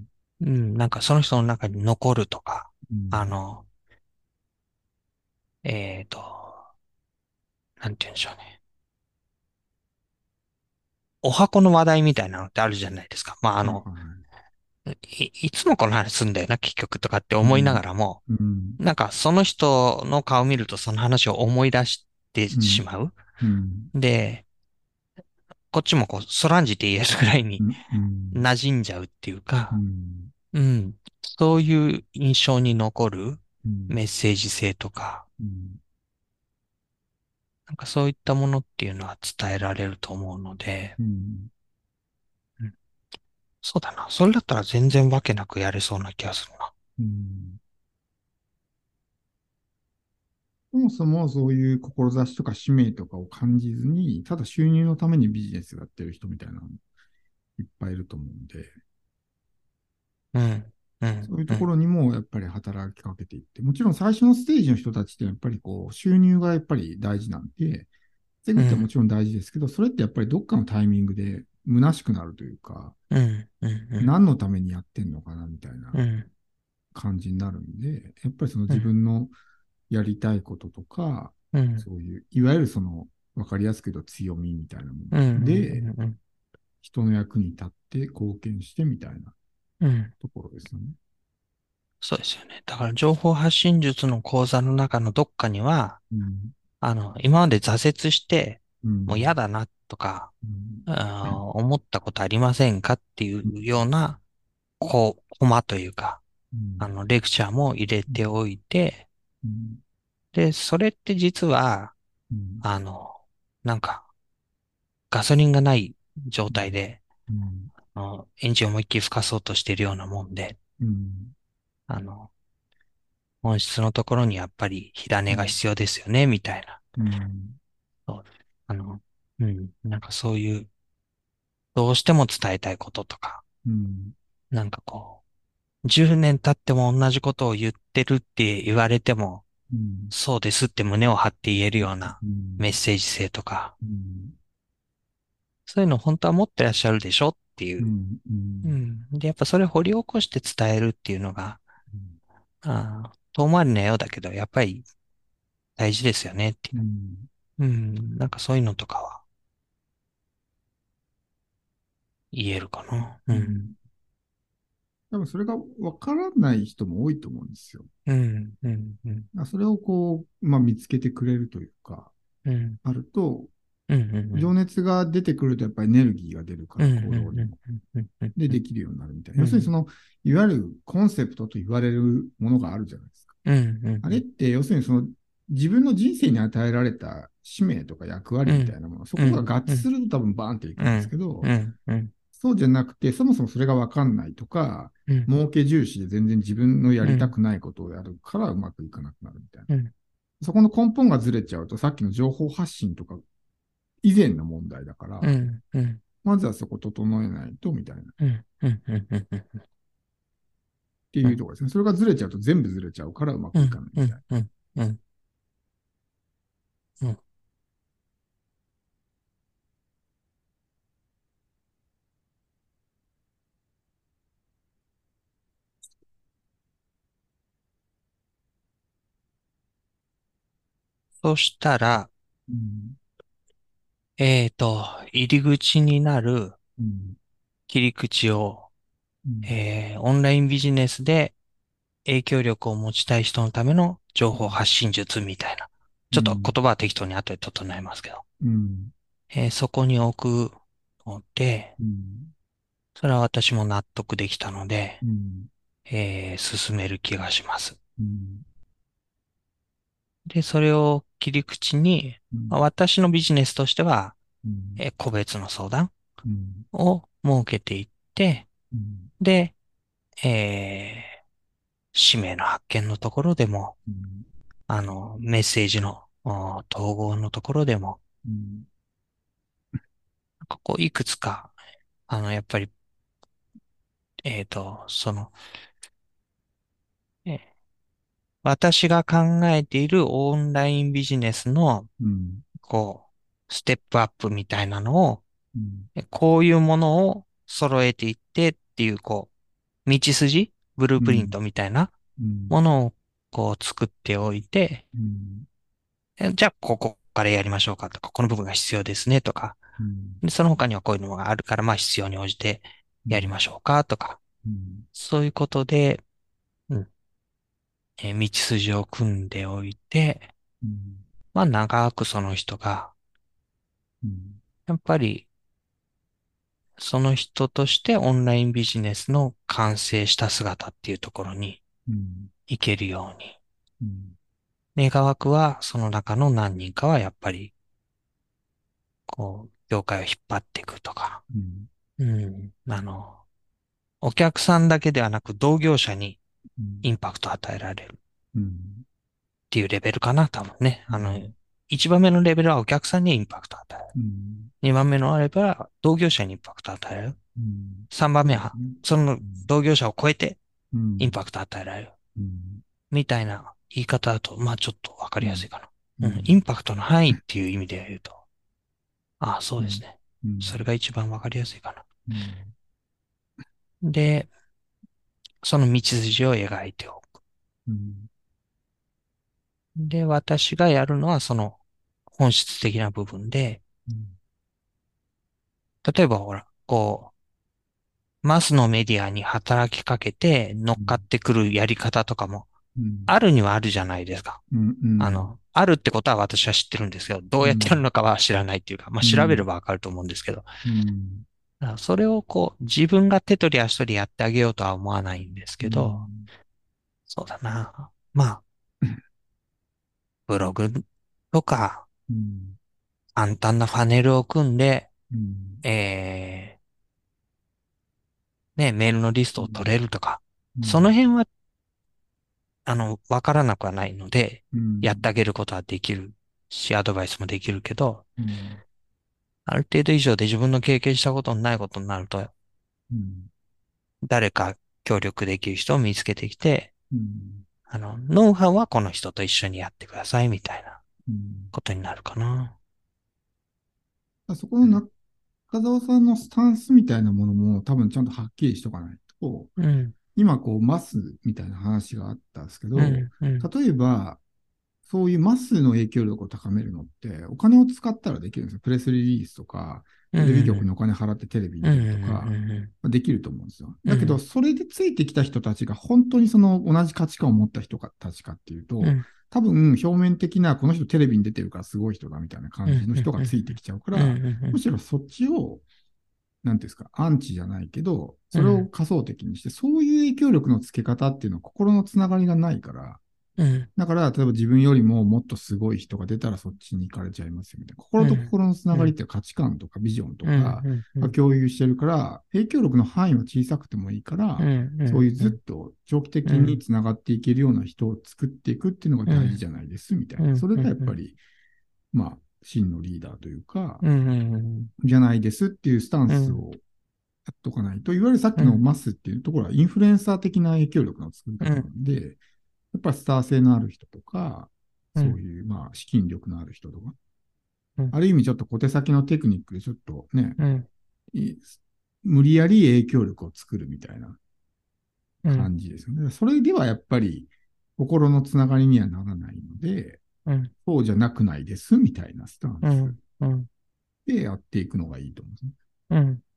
なんかその人の中に残るとか、 うん。 あの、えっと、なんて言うんでしょうね。お箱の話題みたいなのってあるじゃないですか。 はいはいはい。 いつもこの話すんだよな、結局とかって思いながうん。 らも、 うん。 なんかその人の顔を見るとその話を思い出してうん。 しまう。 うん。 で、こっちもこう、そらんじて言えるぐらいにうん。うん。 馴染んじゃうっていううか、 ん。 そういう印象に残るうん。 メッセージ性とか、 うん。 なんかそういったものっていうのは伝えられると思うので、 うん。 うん、そうだな。それだったら全然わけなくやれそうな気がするな。 うん。 そもそもそういう志とか使命とかを感じずに、ただ収入のためにビジネスをやってる人みたいなのもいっぱいいると思うんで、 うん。うん。 そういうとこうん。 ろにもやっぱり働きかけていって、もちろん最初のステージの人たちってやっぱりこう収入がやっぱり大事なんで、稼ぐってもうん。 ちろん大事ですけど、それってやっぱりどっかのタイミングで虚しくなるというか、 うん。うん。 何のためにやってんのかなみたいなうん。 感じになるんで、やっぱりその自うん。 分のやりたいこととか、 うん。 そういう、いわゆるその、わかりやすく言うと強みみたいなものうん。 で、 うん。 人の役に立って貢献してみたいなうん。 ところですよね。 そうですよね。だから情報発信術の講座の中のどっかには、 うん。 今まで挫折して、 うん。 もう嫌だなとか、 うん。 思ったことありませんかっていうん。 うような、コマというか、 うん。 レクチャーも入れておいて、 うん。 で、それって実は、 うん。 あの、なんか、ガソリンがない状態で、 うん。 エンジンを思いっきり吹かそうとしているようなもんで、 うん。 あの、本質のところにやっぱり火種がうん。 必要ですよね、みたいな。 うん。 そうなんかそういう、どうしても伝えたいこととか、 うん。 なんかこう、10年経っても同じことを言ってるって言われても、 うん。 そうですって胸を張って言えるようなうん。 メッセージ性とか、 うん。 そういうの本当は持ってらっしゃるでしょっていう。 うん。うん。 うん。で、やっぱそれ掘り起こして伝えるっていうのが、遠回りなようだけど、やっぱり大事ですよねっていうん。 う。うん。なんかそういうのとかは言えるかな。うん。 うん。多分それがわからない人も多いと思うんですよ。 うん。うん。うん。 それをこう、見つけてくれるというか、 うん。 あると、 うん。うん。 情熱が出てくるとやっぱりエネルギーが出るかうん。 らうん。 行動にも。 うん。うん。 で、できるようになるみたいな。 うん。 要するにその、いわゆるコンセプトと言われるものがあるじゃないですか。 うん。うん。 あれって、要するにその、自分の人生に与えられた使命とか役割みたいなもの、そこが合致すると多分バーンっていくんですけど、 うん。うん。 そうじゃなくて、そもそもそれがわかんないとか、 うん。 儲け重視で全然自分のやうん。 りたくないことをやるからうまくいかなくなるみたいな。 うん。 そこの根本がずれちゃうと、さっきの情報発信とか以前の問題だから、 うん。うん。 まずはそこ整えないとみたいな。っうん。うん。うん。うん。 ていうところですね。それがずれちゃうと全部ずれちゃうからうまくいかうん。うん。 ないみたいな。 うん。うん。うん。そしたら、 うん。 入り口になるうん。 切り口を、 うん。 オンラインビジネスで影響力を持ちたい人のための情報うん。 発信術みたいな。ちょっとうん。 言葉は適当に後で整えますけど。 うん。 そこに置くので、 うん。 それは私も納得できたので、 うん。 進める気がします。 うん。 で、それを切り口に、 うん。 私のビジネスとしては、 うん。 個別の相談うん。 を設けていって、 うん。 で、使命の発見のところでも、 うん。 メッセージの統合のところでも、 うん。 なんかこう、いくつか、やっぱり、その、えー私が考えているオンラインビジネスの、 うん。 こステップアップみたいなのを、 うん。 こういうものを揃えていってっていう、道筋、ブループリンうん。 トみたいなうん。 ものを、作っておいて、 うん。 じゃあ、ここからやりましょうかとか、この部分が必要ですねとか、 うん。 で、その他にはこういうのがあるから、まあ必要に応じてやりましょうかとか、 うん。 そういうことで、うん、道筋を組んでおいて、 うん。 まあ長くその人が、 うん。 やっぱりその人としてオンラインビジネスの完成した姿っていうところにうん。 行けるように。 うん。 願わくはその中の何人かはやっぱり、業界を引っ張っていくとか、 うん。 うん、お客さんだけではなく同業者にうん。 インパクトを与えられるっうん。 っていうレベルかな、多分ね。 うん一番目のレベルはお客さんにインパクトを与える。 うん二番目のレベルは同業者にインパクトを与える。 うん三番目は、 そうですね。 そのうん同業者を超えてうんインパクトを与えられる。 うんみたいな言い方だと、まあちょっとわかりやすいかな。イうんンパクトの範囲っていう意味で言うと、ああ、そううんですね。 うんそれが一番わかりやすいかうんな。で、その道筋を描いておく。 うんで、私がやるのはその本質的な部分で、例えばほら、マスのメディアに働きかけて乗っかってくるやり方とかも、 うんあるにはあるじゃないですか。 うんうんあるってことは私は知ってるんですけど、どうやってやるのかは知らないっていうか、まあ調べればわかると思うんですけど、 うんだからそれを自分が手取り足取りやってあげようとは思わないんですけど、そうだな。まあ、ブログとか、 うん簡単なパネルを組んで、 うんえね、メールのリストを取れるとか、そのうん辺は、わからなくはないので、 うんやってあげることはできるし、アドバイスもできるけど、 うんある程度以上で自分の経験したことのないことになると、 うん誰か協力できる人を見つけてきて、 うんノウハウはこの人と一緒にやってくださいみたいなうんことになるかな。 そこの中澤さんのスタンスみたいなものも多分ちゃんとはっきりしとかないと、 うん、 今マスみたいな話があったんですけど、 うん、うん、 例えばそういうマスの影響力を高めるのって、お金を使ったらできるんですよ。プレスリリースとか、 うん、 テレビ局うん、 にお金払ってテレビにうん、 出るとか、 うできると思うんですよ。だけど、 ん、 それでついてきた人たちが本当にその同じ価値観を持った人たちかっていうと、 うん、 多分表面的なこの人テレビに出てるからすごい人だみたいなうん、 感じの人がついてきちゃうかうん、うら、むん、 しろそっちを、なんていうんですか、アンチじゃないけど、それをうん、 仮想的にして、そういう影響力のつけ方っていうのは心のつながりがないから、 うん、 だから、例えば自分よりももっとすごい人が出たらそっちに行かれちゃいますよみたいな。心と心のつながりって価値観とかビジョンとうん、 かうん、 が共有してるから、影響力の範囲は小さくてもいいから、そういうずっと長期的につながっていけるような人を作っていくっていうのが大事じゃないですみたいな。それがやっぱり、まあ、真のリーダーというか、じゃないですっていうスタンスをやっとかないと、いわゆるさっきのマスっていうところはインフルエンサー的な影響力の作り方なんで、やっぱりスター性のある人とか、そういう、まあ、資金力のある人とか、ある意味ちょっと小手先のテクニックでちょっとね、無理やり影響力を作るみたいな感じですよね。それではやっぱり心のつながりにはならないので、そうじゃなくないですみたいなスタンスでやっていくのがいいと思うんですね。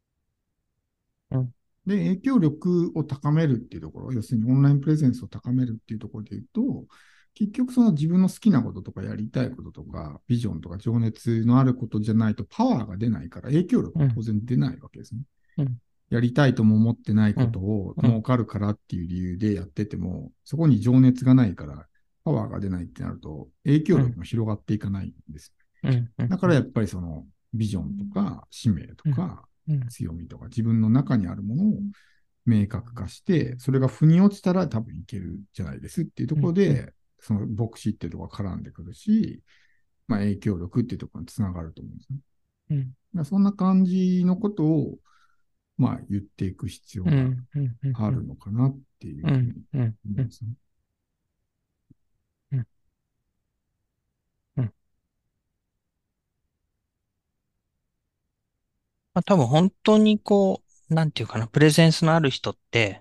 で、影響力を高めるっていうところ、要するにオンラインプレゼンスを高めるっていうところで言うと、結局その自分の好きなこととかやりたいこととか、ビジョンとか情熱のあることじゃないとパワーが出ないから影響力は当然出ないわけですね。やりたいとも思ってないことを儲かるからっていう理由でやってても、そこに情熱がないからパワーが出ないってなると影響力も広がっていかないんです。だからやっぱりそのビジョンとか使命とか強みとか自分の中にあるものを明確化して、それが腑に落ちたら多分いけるじゃないですっていうところで、その牧師っていうところが絡んでくるし、まあ影響力っていうところにつながると思うんですね。そんな感じのことを、まあ言っていく必要があるのかなっていうふうに思うんですね。 まあ、多分本当になんていうかな、プレゼンスのある人って、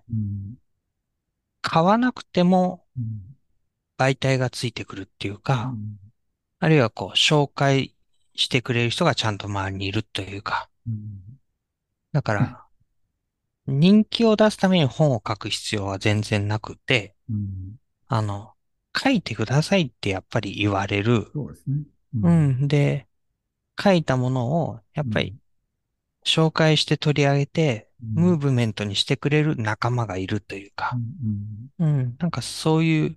買わなくても媒体がついてくるっていうか、あるいは紹介してくれる人がちゃんと周りにいるというか、だから、人気を出すために本を書く必要は全然なくて、書いてくださいってやっぱり言われる。 そうですね。 で、書いたものをやっぱり紹介して取り上げて、ムーブメントにしてくれる仲間がいるというか、なんかそういう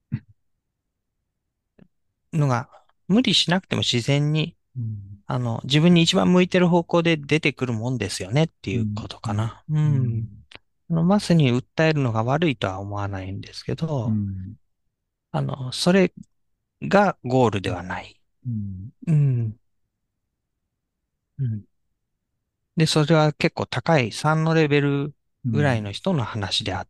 のが無理しなくても自然に、自分に一番向いてる方向で出てくるもんですよねっていうことかな。マスに訴えるのが悪いとは思わないんですけど、 それがゴールではない。 うん。 うん。うん。で、それは結構高い3のレベルぐらいうん。 の人の話であって、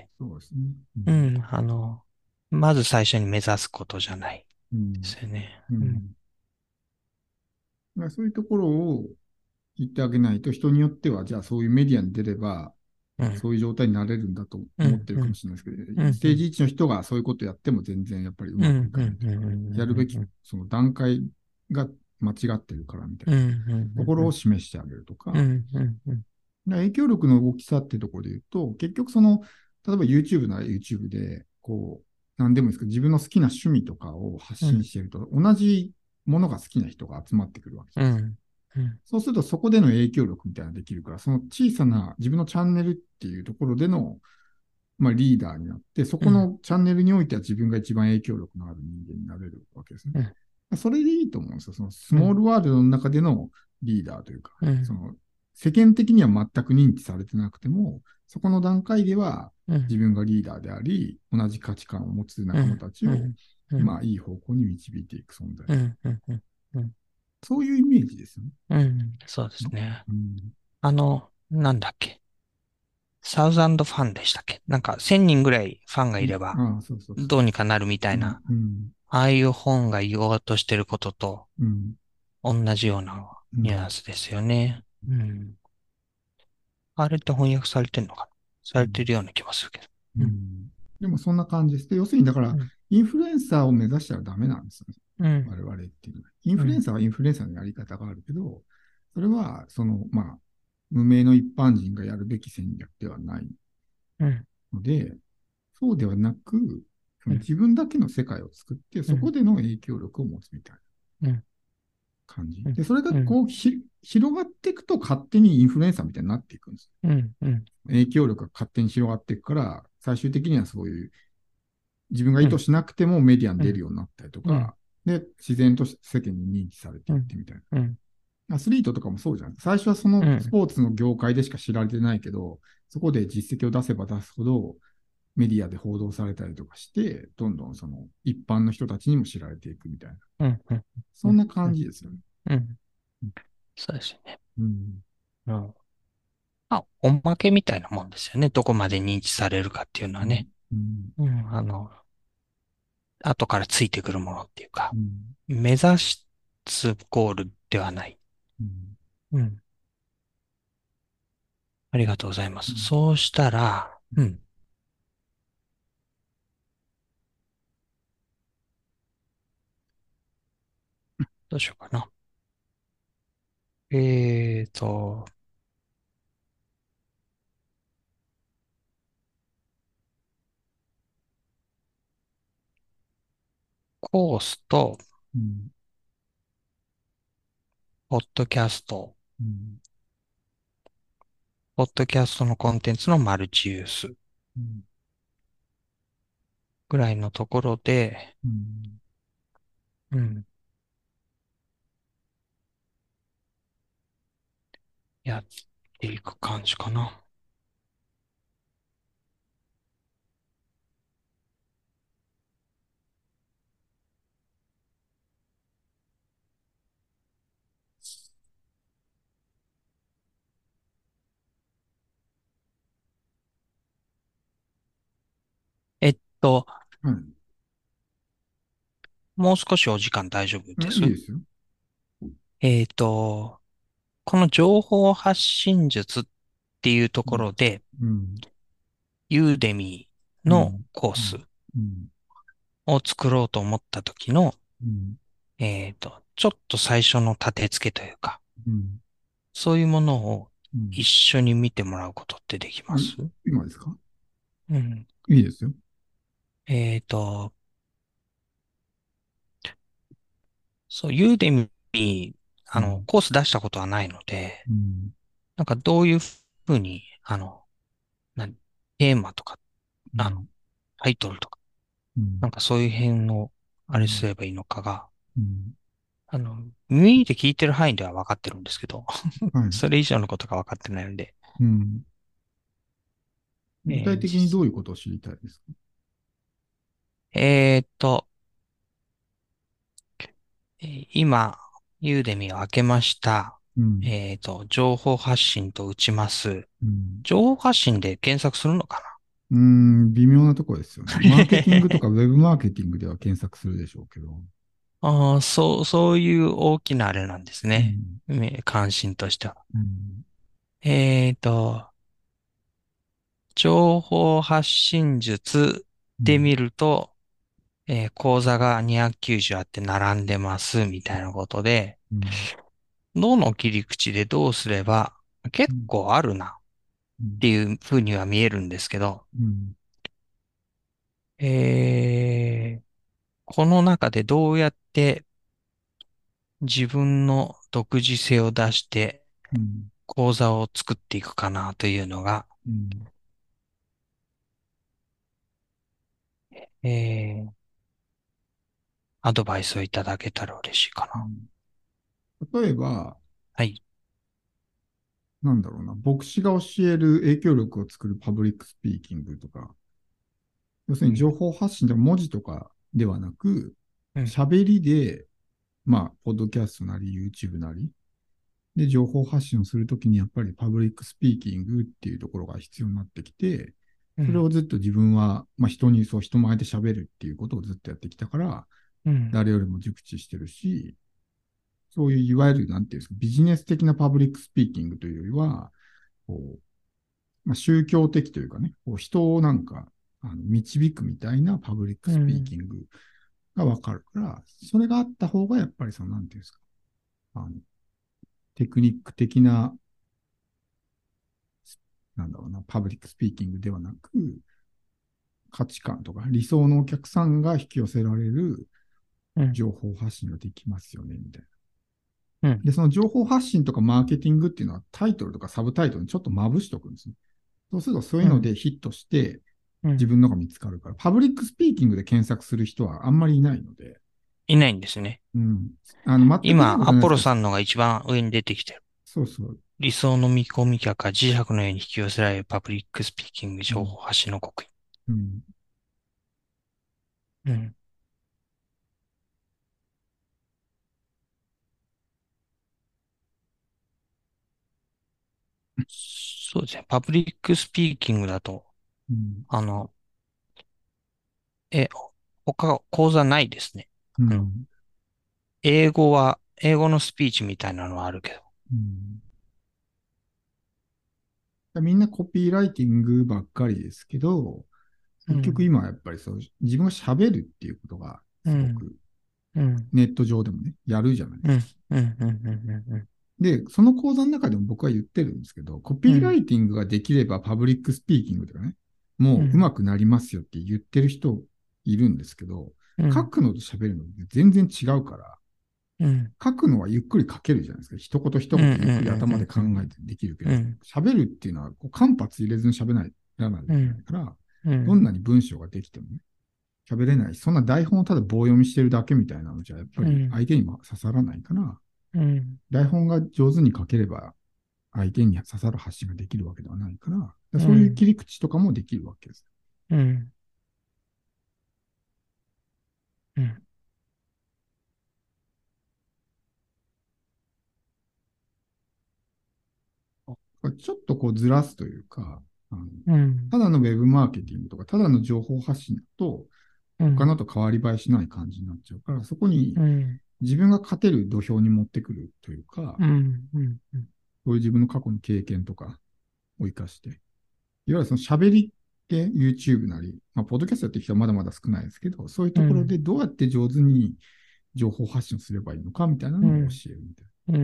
そうですね。うん。 うん。まず最初に目指すことじゃないでうん。 すよね。うん。 うん。まあ、そういうところを言ってあげないと、人によっては、じゃあそういうメディアに出れば、 うん。 そういう状態になれるんだとうん。 思ってるかもうん。 しれないですけど、 うん。 ステージ1の人がそういうことやっても全然やっぱりううん。うまくいん。うん。 かないというか、やるべきその段階が間違ってるからみたいなうん。 ところを示してあげるとか、 うん。うん。うん。 影響力の大きさっていうところで言うと、結局例えば YouTube なら YouTube で、なんでもいいですけど、自分の好きな趣味とかを発うん。 信していると、同じものが好きな人が集まってくるわけじゃないですか。 うん。うん。 そうするとそこでの影響力みたいなのができるから、その小さな自分のチャンネルっていうところでの、まあ、リーダーになって、そこうん。 のチャンネルにおいては自分が一番影響力のある人間になれるわけですね。 うん。 それでいいと思うんですよ。そのスうん。 モールワールドの中でのリーダーというか、 うん。 その世間的には全く認知されてなくても、そこの段階ではうん。 自分がリーダーであり、同じ価値観を持つ仲間うん。 たちを、 うん。うん。 まあ、いい方向に導いていく存在。 うん。うん。うん。 そういうイメージですよね。 うん。そうですね。 うん。 なんだっけ。サウザンドファンでしたっけ？なんか1000人ぐらいファンがいればああ、そうそうそどうにかなるみたう。うん、 いな、 うん、 ああいう本が言おうとしてることとうん、 同じようなニュアンうん、 スですよね。うん。あれって翻訳されてんのかな？されてるような気もするけど。 ううん。 ん。でもそんな感じです。で、要するにだから、 うん。 インフルエンサーを目指したらダメなんですよね。 うん。 我々っていうのは。インうん。 フルエンサーはインフルエンサーのやり方があるけど、それは、まあ、無名の一般人がやるべき戦略ではないうん。 ので、そうではなく、そうん。 の自分だけの世界を作って、 うん。 そこでの影響力を持つみたいなうん。 感じ。 うん。 で、それがうん。 広がっていくと勝手にインフルエンサーみたいになっていくんです。 うん。うん。 影響力が勝手に広がっていくから、最終的にはそういう自分がうん。 意図しなくてもメディアにうん。 出るようになったりとうん。 か、で、自然と世間に認知されてうん。 いってみたいうん。 な。アスリートとかもそうじゃん。最初はそのスうん。 ポーツの業界でしか知られてないけど、そこで実績を出せば出すほど、メディアで報道されたりとかして、どんどんその一般の人たちにも知られていくみたいな。 うん。うん。うん。 そんな感じですよね。 うん。そうですよね。 うん。 うん。おまけみたいなもんですよね。どこまで認知されるかっていうのうん。 はね。 うん。 うん。後からついてくるものっていうか、 うん。 目指すゴールではない。 うん。 うん。ありがとうございます。 うん。 そうしたら、うん。どうしようかな。えーと、コースと、 うん。 ポッドキャスト、 うん。 ポッドキャストのコンテンツのマルチユースうん。 ぐらいのところで、 うん。 うん。やっていく感じかな。えっと、 はい。 もう少しお時間大丈夫です？ いいですよ。 えっと、この情報発信術っていうとうん。 ころで、 うん。 ユーデミーのうん。 コースうん。うん。 を作ろうと思った時の、 うん。 ちょっと最初の立て付けというか、 うん。 そういうものを一うん。 緒に見てもらうことってできまあ、 す？ 今ですか？ うん。 いいですよ。 えっと、そう、ユーデミー、 うん。 コース出したことはないので、 うん。 なんかどういうふうに、テーマとか、あの、 うん。 タイトルとか、 うん。 なんかそういう辺の、あれすうん。 ればいいのかが、 うん。 耳で聞いてる範囲では分かってるんですけど、 はい。 それ以上のことが分かってないので、 うん。具体的にど実ういうことを知りたいですか？ えーっと、今、ユーデミを開けました。 うん。 情報発信と打ちます。 うん。 情報発信で検索するのか微妙なところですよね。 な？ マーケティングとかウェブマーケティングでは検索するでしょうけど。 ああ、そういう大きなあれなんですね。 うん。 関心としては。 うん。 えーと、情報発信術で見うん。 ると、講座が290あって並んでますみたいなことで、 うん。 どの切り口でどうすれば結うん。 構あるなっていうふうには見えるんですけど、 うん。 この中でどうやって自分の独自性を出してうん。 講座を作っていくかなというのが、 うん。 えーアドバイスをいただけたら嬉しいかな。 うん。例えば、 はい。 なんだろうな、牧師が教える影響力を作るパブリックスピーキングとか、要するに情うん。 報発信で文字とかではなく、 うん。 喋りで、まあ、ポッドキャストなり YouTube なり、で、情報発信をするときにやっぱりパブリックスピーキングっていうところが必要になってきて、 うん。 それをずっと自分は、まあ、人前で喋るっていうことをずっとやってきたから、 うん。 誰よりも熟知してるし、そういういわゆる、なんていうんですか、ビジネス的なパブリックスピーキングというよりは、こう、まあ、宗教的というかね、こう人をなんか導くみたいなパブリックスピーうん。 キングがわかるから、それがあった方がやっぱりその、なんていうんですか、あのテクニック的な、なんだろうな、パブリックスピーキングではなく、価値観とか理想のお客さんが引き寄せられるうん。 情報発信ができますよね、みたいな。 うん。 で、その情報発信とかマーケティングっていうのはタイトルとかサブタイトルにちょっとまぶしとくんですね。そうするとそういうのでヒットしてうん。 自分のが見つかるから、パブリックスピーキングで検索する人はあんまりいないので、 いないんですね。 うん。全くいないこ今、アポロとはないですけど、 さんのが一番上に出てきてる。 そうそう。 理想の見込み客が磁石のように引き寄せられるパブリックスピーキングうん。 情報発信の極うん。 意。うん。そうですね。パブリックスピーキングだと、 うん。 あの、え、講座ないですね。あの、 うん。 英語のスピーチみたいなのはあるけど。 うん。みんなコピーライティングばっかりですけど、結局うん。 今はやっぱりそう、自分が喋るっていうことがうん。 すごくうん。 ネット上でもね、やるじゃないでうん。 すか。 うん。うん。うん。 で、その講座の中でも僕は言ってるんですけど、コピーラうん。 イティングができればパブリックスピーキングとかね、もううん。 上手くなりますよって言ってる人いるんですけど、 うん。 書くのと喋るのって全然違うから、 うん。 書くのはゆっくり書けるじゃないですか。一言一うん。 言ゆっくり頭で考うん。 えてできるけど、 うん。 喋るっていうのはこう間髪入れずにらないといけないうん。 から、 うん。 どんなに文章ができてもね、喋れないし、そんな台本をただ棒読みしてるだけみたいなのじゃ、やっぱりうん。 相手にも刺さらないから、 うん。 台本が上手に書ければ相手に刺さる発信ができるわけではないから、そういううん。 切り口とかもできるわけです。 うん。うん。 ちょっとこうずらすというか、あのうん。 ただのウェブマーケティングとか、ただの情報発信だと、 うん。 他のと変わり映えしない感じになっちゃうから、そこにうん。 自分が勝てる土俵に持ってくるというか、 うん。うん。 そういう自分の過去の経験とかを生かして、いわゆるその喋り系 YouTube なり、まあ、ポッドキャストやってる人はまだまだ少ないですけど、そういうところでどうやって上手に情報発信すればいいのかみたいなのを教えるみたいうん。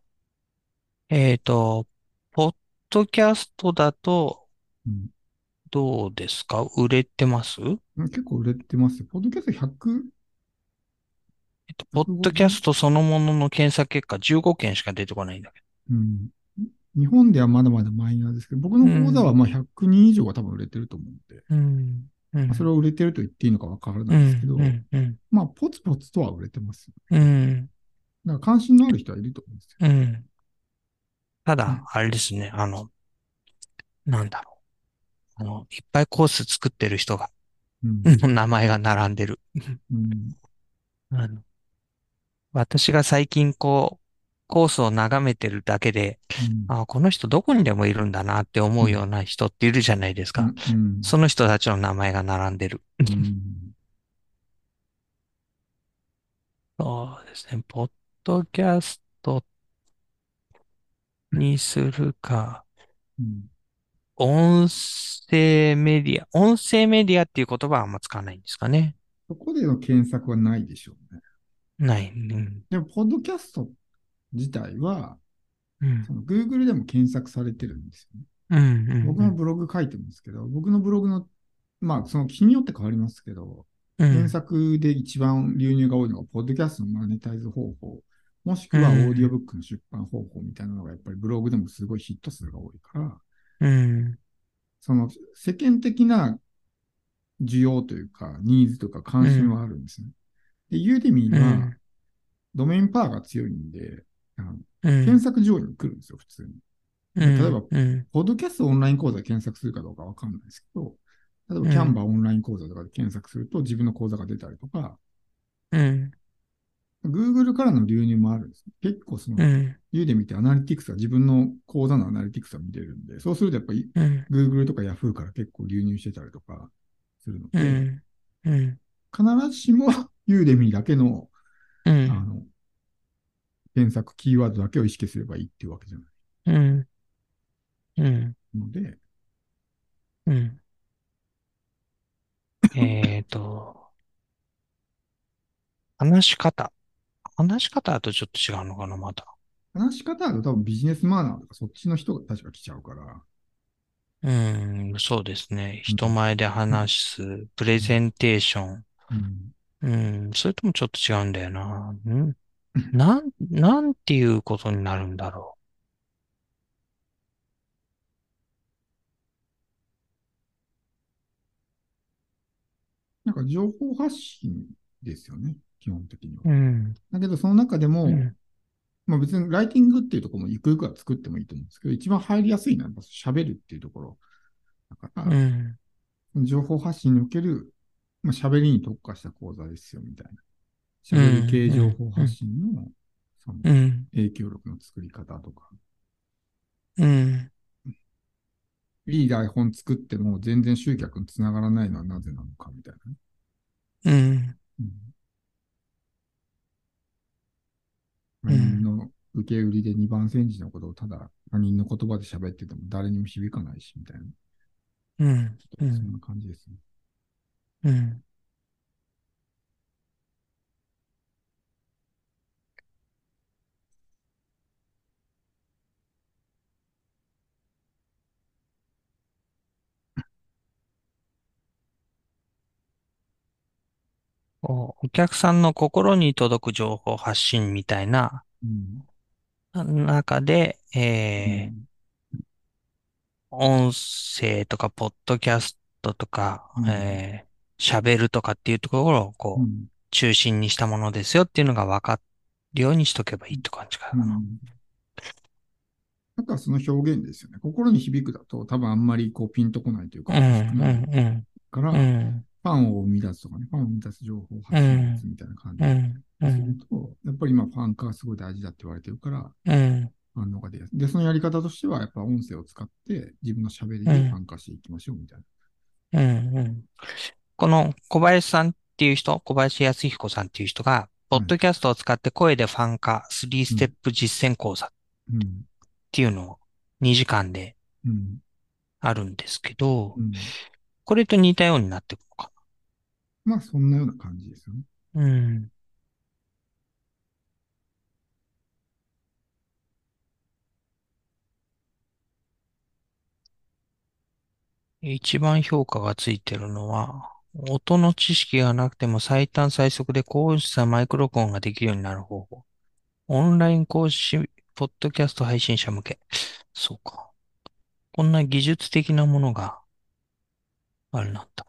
ポッドキャストだとな。うんどうですか？売れてます？ 結構売れてますよ。ポッドキャスト100、 ポッドキャ 150、 ストそのものの検索結果15件しか出てこないんだけうん。日本ではまだまだマイナーですけど、僕ど。 のうん。 講座はまあ100人以上は多分売れてると思うんで、 うん。うまあ、それん。 を売れてると言っていいのかわからないですけうん。うど、 ん。うん。 まあ、ポツポツとは売れてます。 うん。 だから関心のある人はいると思うんですよ。 うん。ただ、 ね。 あれですね。なんだろう。いっぱいコース作ってる人が。 うん。 の名前が並んでる。 うん。 あの私が最近コースを眺めてるだけで、 うん。 あ、この人どこにでもいるんだなって思うん。 うような人っているじゃないですか。 うん。うん。 その人たちの名前が並んでる。 うん。 そうですね。ポッドキャストにするか、 うん。 音声メディアっていう言葉はあんま使わないんですかね。 そこでの検索はないでしょうね。 ない。うん。 でも、ポッドキャスト自体は、 うん。 その Google でも検索されてるんですよね。 うん。うん。 僕もブログ書いてますけど、僕のブログの、まあ、その日によって変わりますけど、検うん。 索で一番流入が多いのが、ポッドキャストのマネタイズ方法、もしうくはオーディオん。 ブックの出版方法みたいなのが、やっぱりブログでもすごいヒット数が多いから、 うん。 その世間的な需要というか、ニーズとか関心うん。 はあるんですね。で、ユーデミーは、 うん。 ドメインパワーが強いんで、あのうん。 検索上位に来るんですよ、普通に。で、例えば、 うん。うん。 ポッドキャストオンライン講座で検索するかどうかわかんないですけど、例えば、キャンバーオンライン講座とかで検索すると自分の講座が出たりとか、 うん。 Google からの流入もあるんです。結構その、 うん。 ユーデミってアナリティクスが自分の講座のアナリティクスが見れるんで、そうするとやっぱりうん。 Google とか Yahoo から結構流入してたりとかするので、 うん。うん。 必ずしもユーデミだけの、 うん。 あの、検索キーワードだけを意識すればいいっていうわけじゃないうん。うん。 ので、 うん。えっと、話し方。話し方だとちょっと違うのかな、また。 話し方だと多分ビジネスマナーとかそっちの人たちが来ちゃうから、 うん、そうですね。 うん。 人前でうん。 話す、プレうん。 ゼンテーション。 うん。 うん、それともちょっと違うんだよな。なんていうことになるんだろなんか情報発信ですよね、基本的には。 う。うん、 だけど、その中でも、 うん、 まあ別にライティングっていうところもゆくゆくは作ってもいいと思うんですけど、一番入りやすいのは喋るっていうところだから、 うん、 情報発信における、まあ、喋りに特化した講座ですよ、みたいな。 うん、 喋り系情うん、 報発うん、 信の、その、 うん、 影響力の作り方とか、 うん、 いい台本作っても全然集客につながらないのはなぜなのかみたいなね。 うん、 うん、他うん、 人の受け売りで二番煎じのことをただ他人の言葉で喋ってても誰にも響かないし、みたいな。 うん、 ちょっとそんなうん、 感じですね。 うん。お客さんの心に届く情報発信みたいなうん。 中で、 うん。 音声とか、ポッドキャストとか、 うん。 喋るとかっていうところを、 うん。 中心にしたものですよっていうのが分かるようにしとけばいいって感じかうん。あとはその表現ですよね。心に響くだと多分あんまりこうピンとこないというかな。う欲しくないん、 から、 うん、 ファンを生み出すとかね、ファンを生み出す情報うん、 発信うん、 物みたいな感じうん、うにするん、 と、やっぱり今ファン化がすごい大事だって言われてるから、 うん、 反応が出やすい。で、そのやり方としては、やっぱ音声を使って自分の喋りうん、 でファン化していきましょうみたいな。 うん、うん。この小林さんっていう人、小林康彦さんっていう人が、ポッはい。 ドキャストを使って声でファン化3 うん。 ステップ実践講座っうん。 ていうのを2時間でうん。 あるんですけど、 うん。 これと似たようになっていくのかまあ、そんなような感じですよね。 な。うん。一番評価がついてるのは、音の知識がなくても最短最速で高音質なマイク録音ができるようになる方法。オンライン講師、ポッドキャスト配信者向け。そうか。こんな技術的なものがあれなんだ。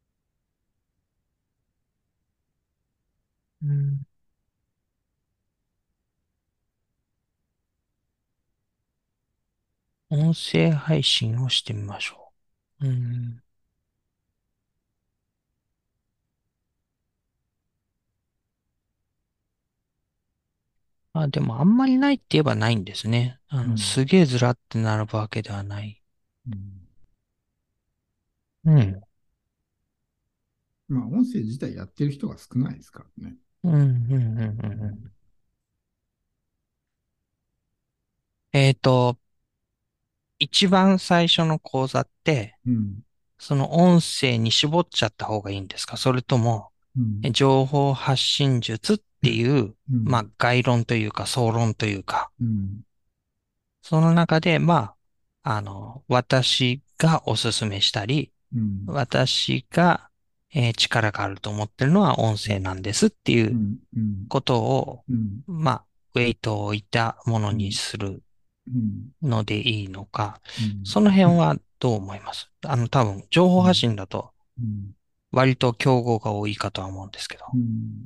うん。音声配信をしてみましょう。うん。 でもあんまりないって言えばないんですね。 うん。 すげえずらって並ぶわけではない。 うん。 うん。 まあ、音声自体やってる人が少ないですからね。 うん、うん、うん、うん。うん。えっと、一番最初の講座って、 うん。 その音声に絞っちゃった方がいいんですか？それとも、 うん。 情報発信術っていう、 うん。 概論というか、総論というか、 うん。 その中で、私がおすすめしたり、 うん。 私が、力があると思ってるのは音声なんですっていううん。うん。 ことを、 うん。 ウェイトを置いたものにうん。 するうん。 のでいいのか、 うん。 その辺はどう思います？多分、情報発信だとうん。 割と競合が多いかとは思うんですけど。 うん。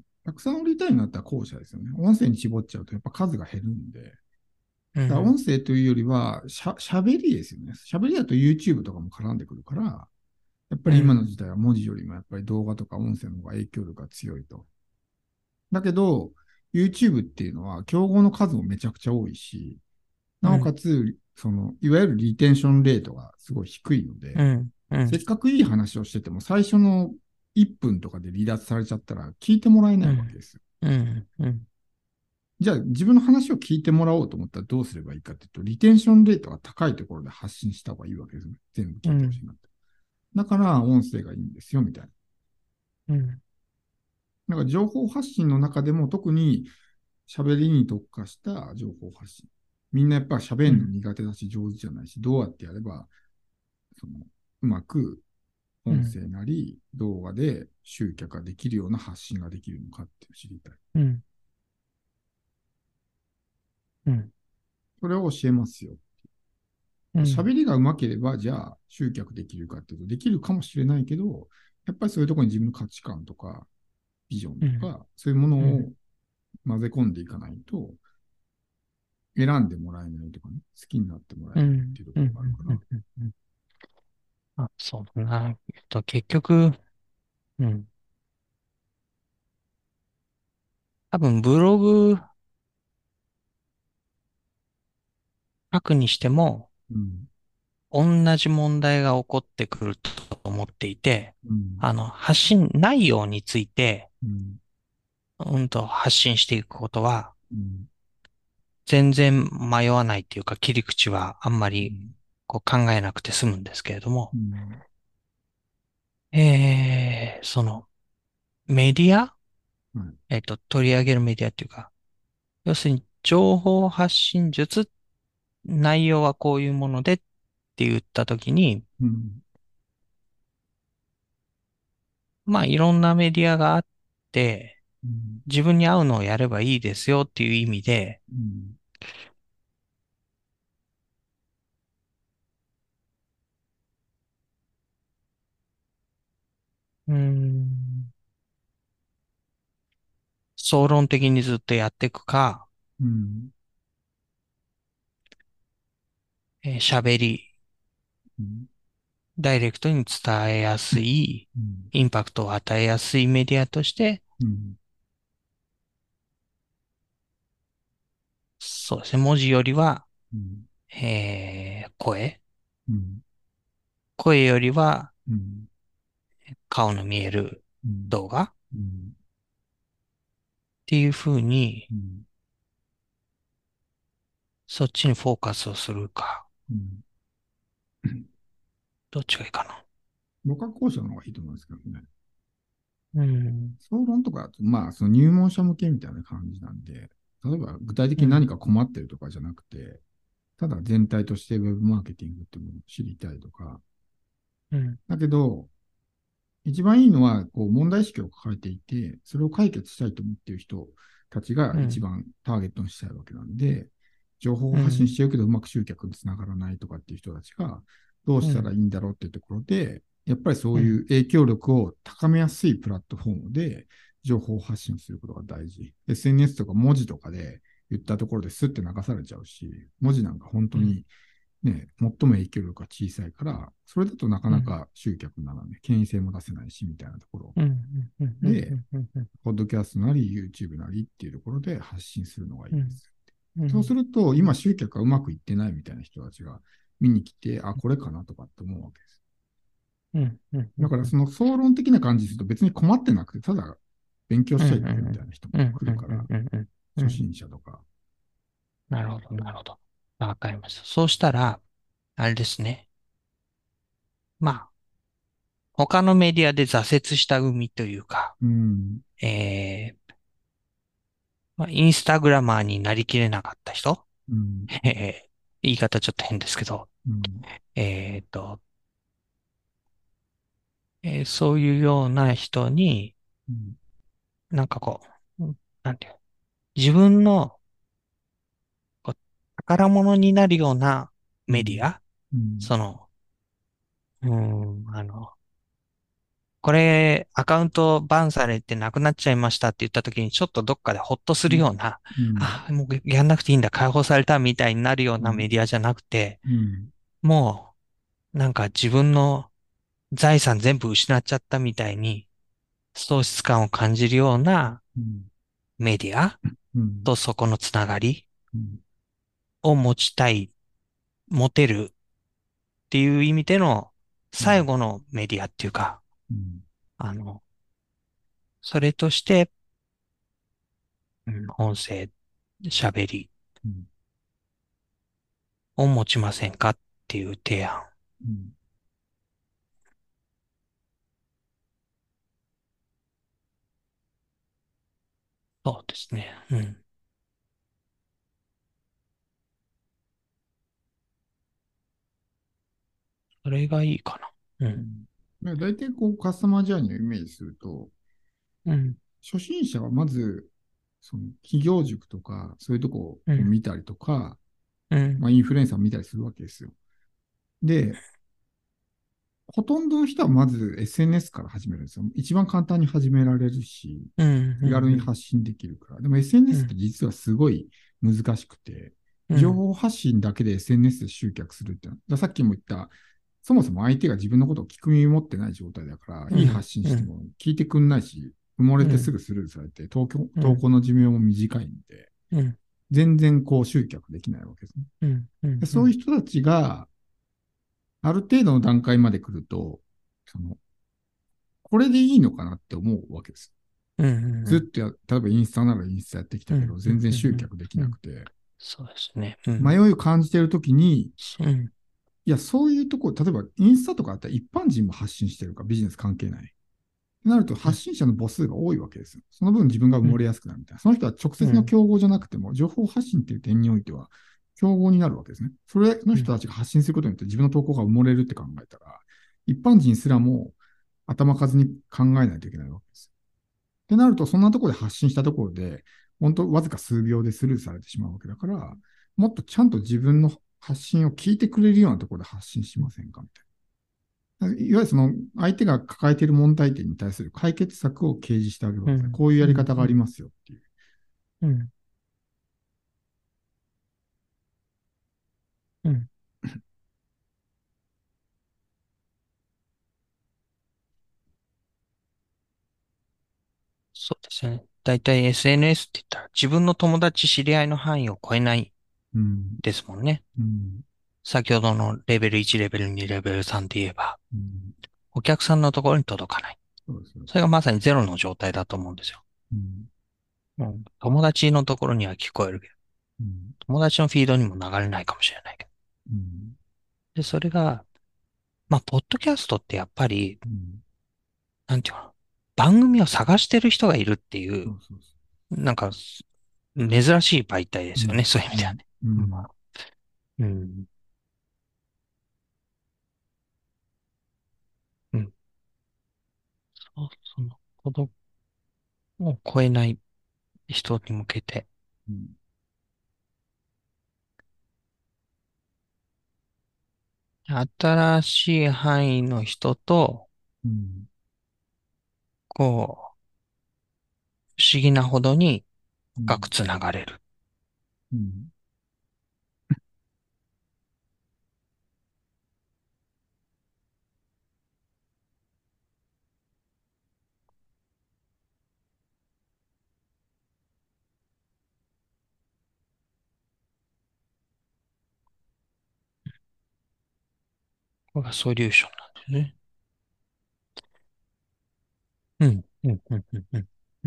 たくさん売りたいんだったら後者ですよね。音声に絞っちゃうとやっぱ数が減るんで。だからうん、 音声というよりは喋りですよね。喋りだと YouTube とかも絡んでくるから、やっぱり今のうん、 時代は文字よりもやっぱり動画とか音声の方が影響力が強いと。だけど、YouTube っていうのは競合の数もめちゃくちゃ多いし、なおかうん、 つ、いわゆるリテンションレートがすごい低いので、 うん、うん、 せっかくいい話をしてても、最初の1分とかで離脱されちゃったら聞いてもらえないわけうん、 ですよ。 うん、うん、 じゃあ、自分の話を聞いてもらおうと思ったらどうすればいいかっていうと、リテンションレートが高いところで発信した方がいいわけですね。全部聞いてほしいなって。だから、音声がいいんですよ、みたいな。 うん、 だから、情報発信の中でも特に喋りに特化した情報発信。みんなやっぱ喋るのうん、 苦手だし、上手じゃないし、どうやってやれば、その、うまく音うん、 声なり動画で集客ができるような発信ができるのかって知りたい。 うん、うん、 それを教えますよ。 うん、 喋りがうまければ、じゃあ集客できるかっていうと、できるかもしれないけど、やっぱりそういうところに自分の価値観とか、ビジョンうん、 とか、そういうものうん、 を混ぜ込んでいかないと、選んでもらえないとかね、好きになってもらえないっていうところがあるから、 うん。そうだな。結局、うん。多分、ブログ書くにしても、 うん、 同じ問題が起こってくると思っていて、 うん、 発信内容について、 うん、 発信していくことは、 うん、 全然迷わないっていうか、切り口はあんまりうん、 考えなくて済むんですけれども、 うん、 そのメディア、 はい、 取り上げるメディアっていうか、要するに情報発信術、内容はこういうものでって言ったときに、 うん、 いろんなメディアがあって、 うん、 自分に合うのをやればいいですよっていう意味で、 うん、 うーん、総論的にずっとやっていくか、 うん、 喋り、 うん、 ダイレクトに伝えやすい、 うん、 インパクトを与えやすいメディアとして、 うん、 そうですね、文字よりは、 うん、 声よりはうん、 顔の見えるうん、 動画っうん、 ていう風に、 うん、 そっちにフォーカスをするか、 うん。 どっちがいいかな。 僕は後者の方がいいと思うんですけどね。 うん、 総論とかだと、まあ、その入門者向けみたいな感じなんで、例えば具体的に何うん、 か困ってるとかじゃなくて、ただ全体としてウェブマーケティングっていうものを知りたいとか、 うん、 だけど、一番いいのは、こう、問題意識を抱えていて、それを解決したいと思っている人たちがうん、 一番ターゲットにしたいわけなんで、情報を発信しうん、 てるけどうまく集客につながらないとかっていう人たちが、どうしたらいいんだろうっていうところで、やっぱりそういううん、 影響力を高めやすいプラットフォームで情報を発信することが大事。SNS とか文字とかで言ったところでスッて流されちゃうし、文字なんか本当うん、 にね、最も影響力が小さいから、それだとなかなか集客ならね、権威性も出せないし、みたいなところで、ポッドキャストなり YouTube なりっていうところで発信するのがいいです。そうすると、今集客がうまくいってないみたいな人たちが見に来て、あ、これかなとかって思うわけです。だからその総論的な感じすると別に困ってなくて、ただ勉強しちゃいけるみたいな人も来るから、初心者とか。 なるほど、なるほど。わかりました。そうしたら、あれですね。まあ、他のメディアで挫折した組というか、 うん。 まあ、インスタグラマーになりきれなかった人、 うん。 言い方ちょっと変ですけど、 うん。 えっと、そういうような人に、 うん。 なんかこう、なんていう、自分のこう宝物になるようなうん。 メディア、 うん。 その、うーん、これ、アカウントバンされてなくなっちゃいましたって言った時に、ちょっとどっかでホッとするような、 うん。 あ、もうやんなくていいんだ、解放されたみたいになるようなメうん。 ディアじゃなくて、 うん。 もう、なんか自分の財産全部失っちゃったみたいに、喪失感を感じるようなうん。 メディアうん。 とそこのつながりうん。 を持ちたい、持てるっていう意味での最後のメディアっていうか、 うん。 あの、それとして、音声、喋りうん。 を持ちませんかっていう提案。 うん。 そうですね。うん。それがいいかな。うん。 うん。大体こうカスタマージャーニーをイメージすると、 うん。 初心者はまず、その企業塾とか、そういうとこうん。 を見たりとか、 うん。 まあ、インフルエンサーを見たりするわけですよ。で、ほとんどの人はまず SNS から始めるんですよ。一番簡単に始められるし、 うん。 気軽にうん。 発信できるから。でも SNS ってうん。 実はすごい難しくて、 うん。 情報発信だけで SNS で集客するってのは、さっきも言った、そもそも相手が自分のことを聞く耳持ってない状態だから、いいうん。 発信うん。 しても聞いてくんないし、埋もれうん。 てすぐスルーされて、投うん。 稿の寿命も短いんで、 うん。 全然こう集客できないわけですね。 うん。うん。 でそういう人たちが、ある程度の段階まで来ると、その、これでいいのかなって思うわけです。 うん。 ずっと例えばインスタならインスタやってきたけど、 うん。うん。 全然集うん。 客できうん。 なくて、 そうですね。うん。 迷いを感じているときに、 うん。 いや、そういうところ、例えばインスタとかあったら一般人も発信してるから、ビジネス関係ない。なるとうん。 発信者の母数が多いわけですよ。その分自分が埋うん。 もれやすくなるみたいな。その人は直接のうん。 競合じゃなくても、情報発信っていう点においては、競合になるわけですね。それの人たちが発信することによって自分の投稿が埋もれるって考えたら、一般人すらも頭数に考えないといけないわけです。ってなると、そんなところで発信したところで、本当わずか数秒でスルーされてしまうわけだから、もっとちゃんと自分の発信を聞いてくれるようなところで発信しませんかみたいな。いわゆるその相手が抱えている問題点に対する解決策を掲示してあげるわけですね。 うん。 こういうやりうん。 方がありますよっていう。 うん。うん。そうですね。だいたい SNS って言ったら自分の友達知り合いの範囲を超えないうん。 ですもんね。 うん。 先ほどのレベル1、レベル2、レベル3で言えば、 うん。 お客さんのところに届かない。 そうですよ。 それがまさにゼロの状態だと思うんですよ。 うん。 うん、友達のところには聞こえるけど、 うん。 友達のフィードにも流れないかもしれないけど。 うん。 で、それが、まあ、ポッドキャストってやっぱり、 うん。 なんていうの、番組を探してる人がいるっていう、 そうそうそなんか、珍しい媒体でう。うん。 すよね。そういう意味ではうん。 ね。 うん。 まあ、うん、うん。その、孤独を超えない人に向けて、 うん。 新しい範囲の人と、 うん。 こう、不思議なほどにうん。 深くつながれる。 うん。 これがソリューションなんですね。うん、うん、うん、うん、うん。うん。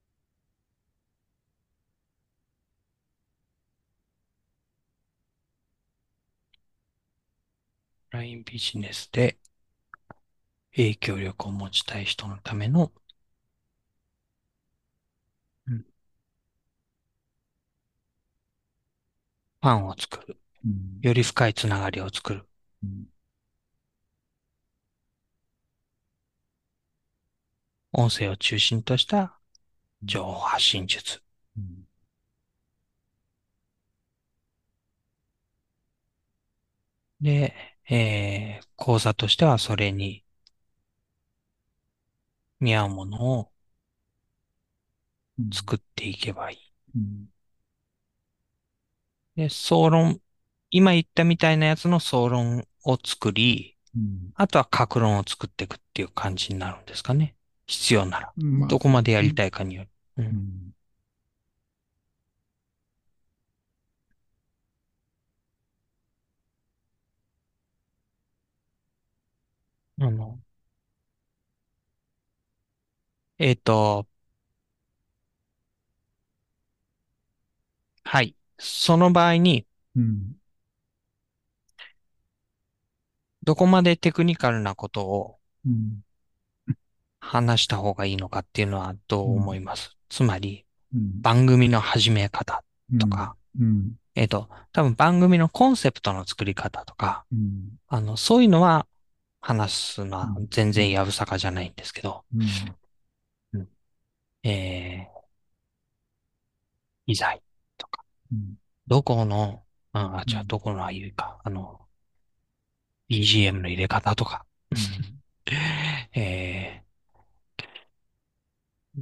ラインビジネスで影響力を持ちたい人のための、うん、ファンを作る。 うん。 より深いつながりを作る。 うん。 音声を中心とした情報発信術。 うん。 で、講座としてはそれに見合うものをうん。 作っていけばいい。 うん。 で、総論、今言ったみたいなやつの総論を作り、 うん。 あとは各論を作っていくっていう感じになるんですかね。必要なら。 まあ、 どこそうですね。 までやりたいかによる。うん。 うん。 あの、えっと、はい。その場合に、 うん。 どこまでテクニカルなことをうん。 話した方がいいのかっていうのはどう思いうん。 ます？つまり、 うん。 番組の始め方うん。 とか、 うん。 多分番組のコンセプトの作り方とか、 うん。 そういうのは話すのはうん。 全然うん。 やぶさかじゃないんですけど、 うん。 うん、機材とか、 うん。 どこの、じゃあうん。 どこのがいいか、BGM の入れ方とか、 うん。 えうん、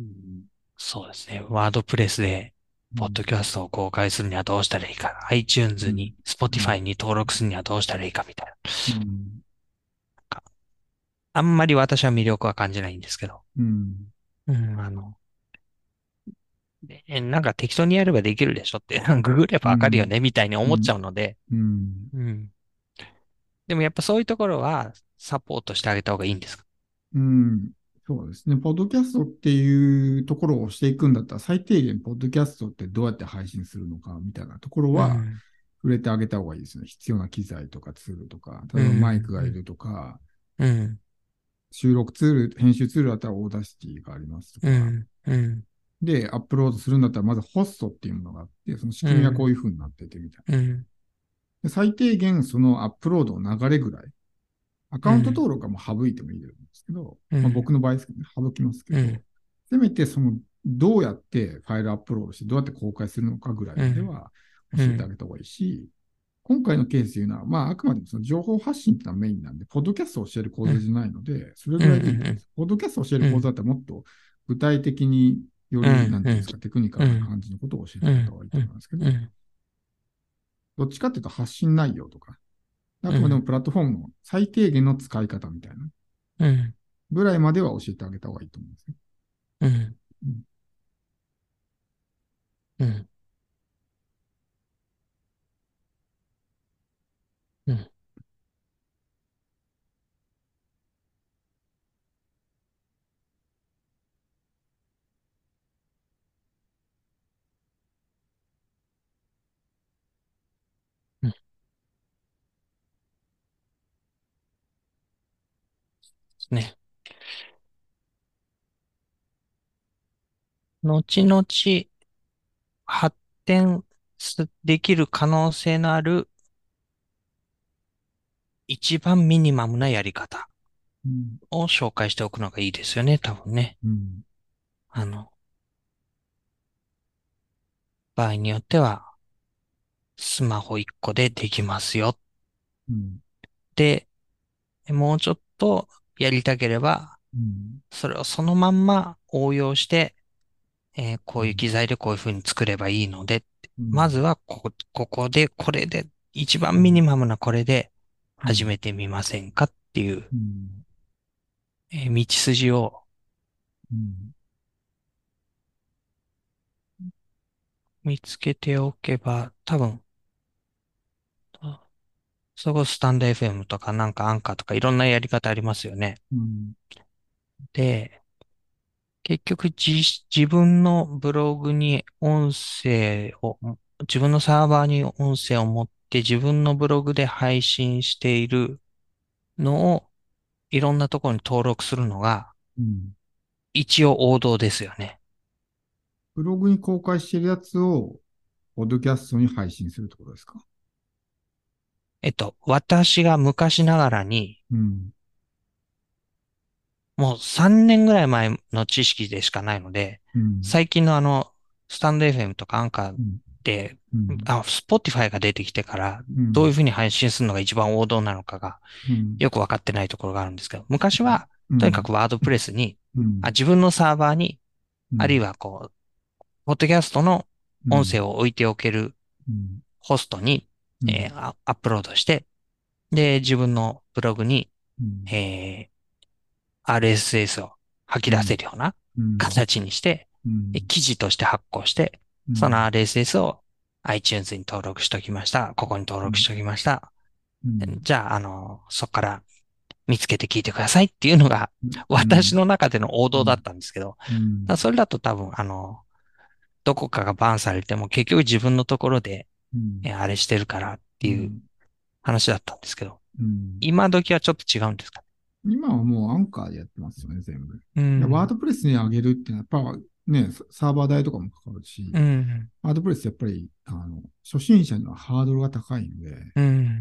そうですね。ワードプレスで、ポッドキャストを公開するにはどうしたらいいか、iTunes うん。 に、 うん。 Spotify に登録するにはどうしたらいいかみたいな。 うん。 あんまり私は魅力は感じないんですけど。 うん。 うん、なんか適当にやればできるでしょって、ググればわかるよね、みたいに思っちゃうので、 うん。 うん。でもやっぱそういうところはサポートしてあげた方がいいんですか？ うん。そうですね。ポッドキャストっていうところをしていくんだったら、最低限、ポッドキャストってどうやって配信するのかみたいなところは、 うん、 触れてあげた方がいいですね。必要な機材とかツールとか、例うえばマイクん、うん、 がいるとか、 うん、 収録ツール、編集ツールだったらオーダーシティがありますとか、 うん、うん、 で、アップロードするんだったら、まずホストっていうものがあって、その仕組みはこういう風になっててみたいな。 うん、 で最低限、そのアップロードの流れぐらい、アカウント登録はもう省いてもいいんですけど、まあ、 うん、 僕の場合ですけどね、省きますけど、 うん、 せめてその、どうやってファイルアップロードして、どうやって公開するのかぐらいうん、 までは教えてあうん、 げた方がいいし、今回のケースというのは、まあ、あくまでもその情報発信っていうのはメインなんで、ポッドキャストを教える講座じゃないので、それうん、 ぐらいでいいとうん、 思います。ポッドキャストを教えるうん、 講座だったらもっと具体的により、なうん、 んていうんですか、テクニカルな感じのことを教えてあげた方がいいと思いますけど、どっちかっていうと発信内容とか、あくまでもプラットフォームの最低限の使い方みたいなぐらいまでは教えてあげた方がいいと思うんですね。 うん、 うん。 うん、うん、ね。後々発展できる可能性のある一番ミニマムなやり方うん。 を紹介しておくのがいいですよね、多分ね。 うん。 あの、場合によっては、スマホ1個でできますよ。 うん。 で、もうちょっとやりたければ、 うん。 それをそのまんま応用して、こういう機うん。 材でこういう風に作ればいいので、 うん。 まずはここで、これで、一番ミニうん。 マムなこれでうん。 始めてみませんかっていう、 うん。 道筋をうん。 見つけておけば、多分、 それこそスタンド FM とかなんかアンカーとかいろんなやり方ありますよね。 うん。 で、結局自分のブログに音声を、自分のサーバーに音声を持って自分のブログで配信しているのをいろんなところに登録するのがうん。 一応王道ですよね。 ブログに公開してるやつを、ポッドキャストに配信するってことですか？ 私が昔ながらにうん。 もう3年ぐらい前の知識でしかないので、 うん。 最近のスタンド FM とかアンカーうん。 で、 うん。 スポティファイが出てきてから、 うん。 どういうふうに配信するのが一番王道なのかがうん。 よくわかってないところがあるんですけど、昔は、 うん。 とにかくワードプレスに、 うん。 自分のサーバーに、あるいうん。 はこう、ポッドキャストの音声を置いておけるうん。 ホストに、 うん。 アップロードして、で、自分のブログに、 うん。 え RSS を吐き出うん。 せるようなうん。 形にして、 うん。 記事として発行して、そのうん。 RSS を iTunes に登録しておきました。ここに登うん。 録しておきました。 うん。 じゃあ、そこから見つけて聞いてくださいっていうのが、 うん。 私の中での王道だったんですけど、 うん。 それだと多分、どこかがバンされても結局自分のところで、 うん。 あれしてるからっていううん。 話だったんですけど、 うん。 今時はちょっと違うんですか今はもうアンカーでやってますよね、全部。 ね。うでワーん。 ドプレスに上げるっていうのは、やっぱね、サーバー代とかもかかるし、 うん。 ワードプレスやっぱり、初心者にはハードルが高いので、 うん。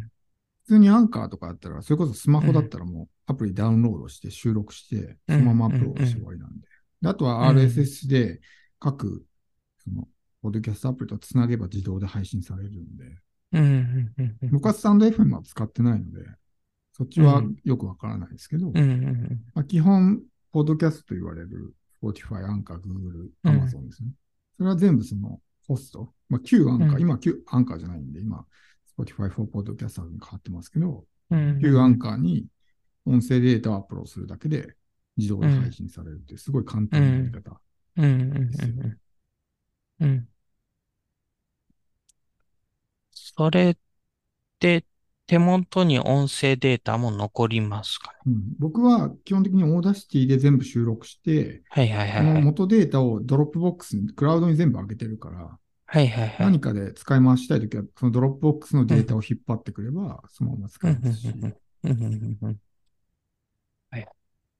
普通にアンカーとかあったら、それこそスマホだっうん。 たらもうアプリダウンロードして収録して、 うん。 そのままアッうん。 プロードして終うん。 わりなんで。であとはうん。 RSS で各、その、ポッドキャストアプリとつなげば自動で配信されるんで、 うん。うん。うん。 僕はスタンド FM は使ってないので、そっちはうん。 よくわからないですけど、 うん。 まあ、基本、ポッドキャストと言われる Spotify、アンカー、Google、 うん。 Amazon ですね。それは全部そのホスト、まあ、旧アンカー、 うん。 今旧アンカーじゃないんで、今、Spotify for Podcaster に変わってますけど、 うん。 旧アンうん。 カーに音声データをアップロードするだけで自動で配信されるってすごい簡単なやり方うん。 ですよね。 うん。それって手元に音声データも残りますかね。 うん、僕は基本的にオーダーシティで全部収録して、 はいはいはそのいはい。 元データをドロップボックスに、クラウドに全部上げてるから、 はいはいはい。 何かで使い回したいときは、そのドロップボックスのうん。 データを引っ張ってくれば、そのまま使うん。 えますうん。 し。 うん。うん。うん。はい。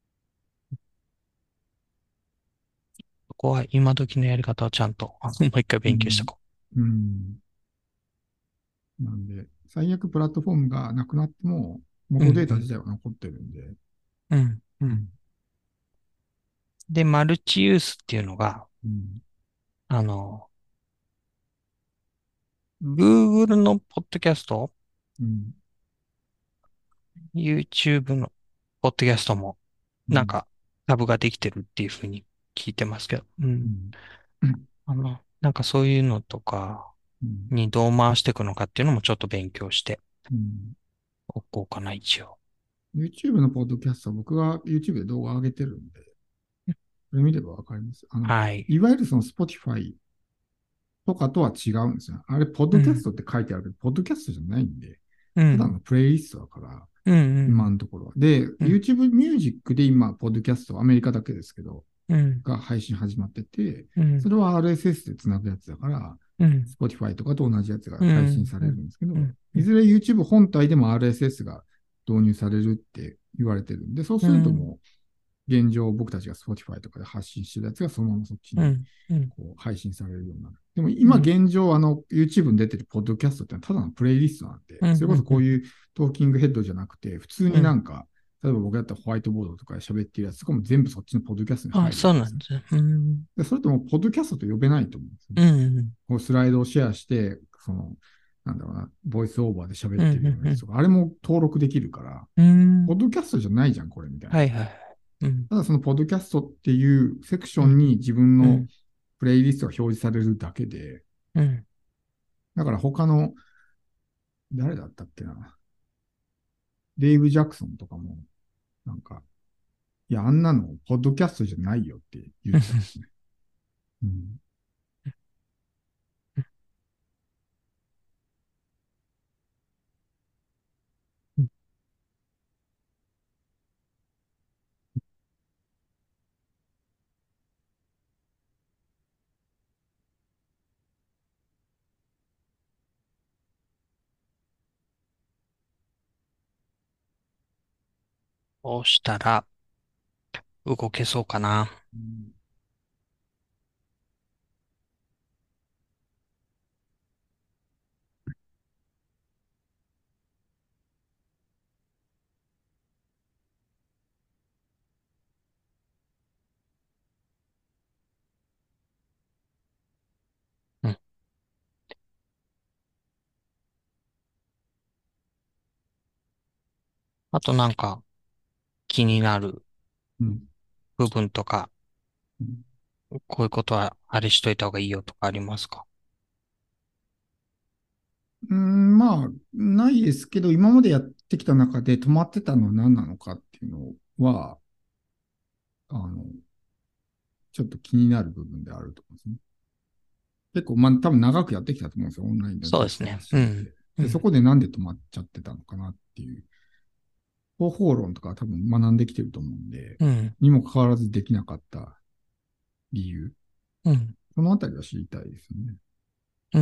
ここは今時のやり方をちゃんともう一回うん。 勉強しとこうん。なんで、最悪プラットフォームがなくなっても、 う。う元データ自ん。 体は残ってるんで。 うん。うん。 うん。 で、マルチユースっていうのが、 うん。 あの、Google のポッドキャスト、 うん。 YouTube のポッドキャストも、 うん。 なんか、タブができてるっていうふうに聞いてますけど、うん。 うん。 なんかそういうのとかうん。 にどう回していくのかっていうのもちょっと勉強してうん。 おこうかな、一応。 YouTube のポッドキャストは僕が YouTube で動画上げてるんで、それ見ればわかります。 はい。 いわゆるその Spotify とかとは違うんですよ。あれ、ポッうん、 ドキャストって書いてあるけど、ポッドキャストじゃないんで、 うん、 ただのプレイリストだから、 うん、 今のところは。で、 うん、 YouTube ミュージックで今、ポッドキャスト、アメリカだけですけど、 うん、 が配信始まってて、 うん、 それは RSS でつなぐやつだから、 うん、 Spotify とかと同じやつがうん、 配信さうん、 れるんですけど、 うん、うん、 いずれ YouTube 本体でも RSS が導入されるって言われてるんで、そううん、 するともう、現状僕たちが Spotify とかで発信してるやつがそのままそっちにうん、うん、 こう配信されるようになる。でも今現状、YouTube に出てるポッドキャストってのはただのプレイリストなんで、 うん、 それこそうん、 こういうトーキングヘッドじゃなくて、普通うん。 になんか、例えば僕だったらホワイトボードとかで喋ってるやつとかも全部そっちのポッドキャストにあ、 入るそうわけですね。 なんですね。うん、 でそれとも、ポッドキャストと呼べないと思うんですね。 うん、 こうスライドをシェアして、なんだろうな、ボイスオーバーで喋うん、 ってるようなうん、 やつとか、あれも登録できるから、 うん。 ポッドキャストじゃないじゃん、これ、みたいな。 はいはいはい。うん、 ただそのポッドキャストっていうセクションうん、 に自分のうん、 プレイリストが表示されるだけで、 うん。 だから他の、誰だったっけな、デイブ・ジャクソンとかも、なんか、いや、あんなの、ポッドキャストじゃないよって言ってたんですね。うん。 そうしたら動けそうかな。 うん。 うん。あとなんか気になるうん。 部分とか、 うん。 こういうことはあれしといた方がいいよとかありますか？ まあ、ないですけど、今までやってきた中で止まってたのは何なのかっていうのは、ちょっと気になる部分であると思うんですね。結構、まあ、多分長くやってきたと思うんですよ。オンラインのテストマそうですね。うん。 シンって。で、そうん。 こでなんで止まっちゃってたのかなっていう、方法論とか多分学んできてると思うんで、 うん。 にもかかわらずできなかった理由、 うん。 そのあたりは知りたいですよね。 うん。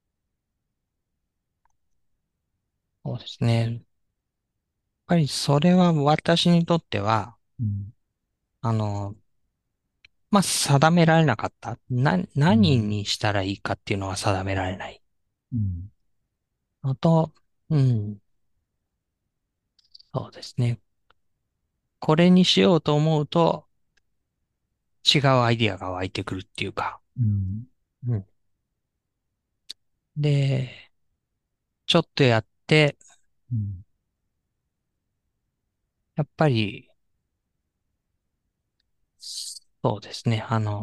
そうですね。やっぱりそれは私にとっては、 うん。 あの、まあ、定められなかった。何うん。 にしたらいいかっていうのは定められない。 うん。 あと、うん、そうですね。これにしようと思うと、違うアイディアが湧いてくるっていうか。 うん。 うん。で、ちょっとやって、 うん。 やっぱり、そうですね。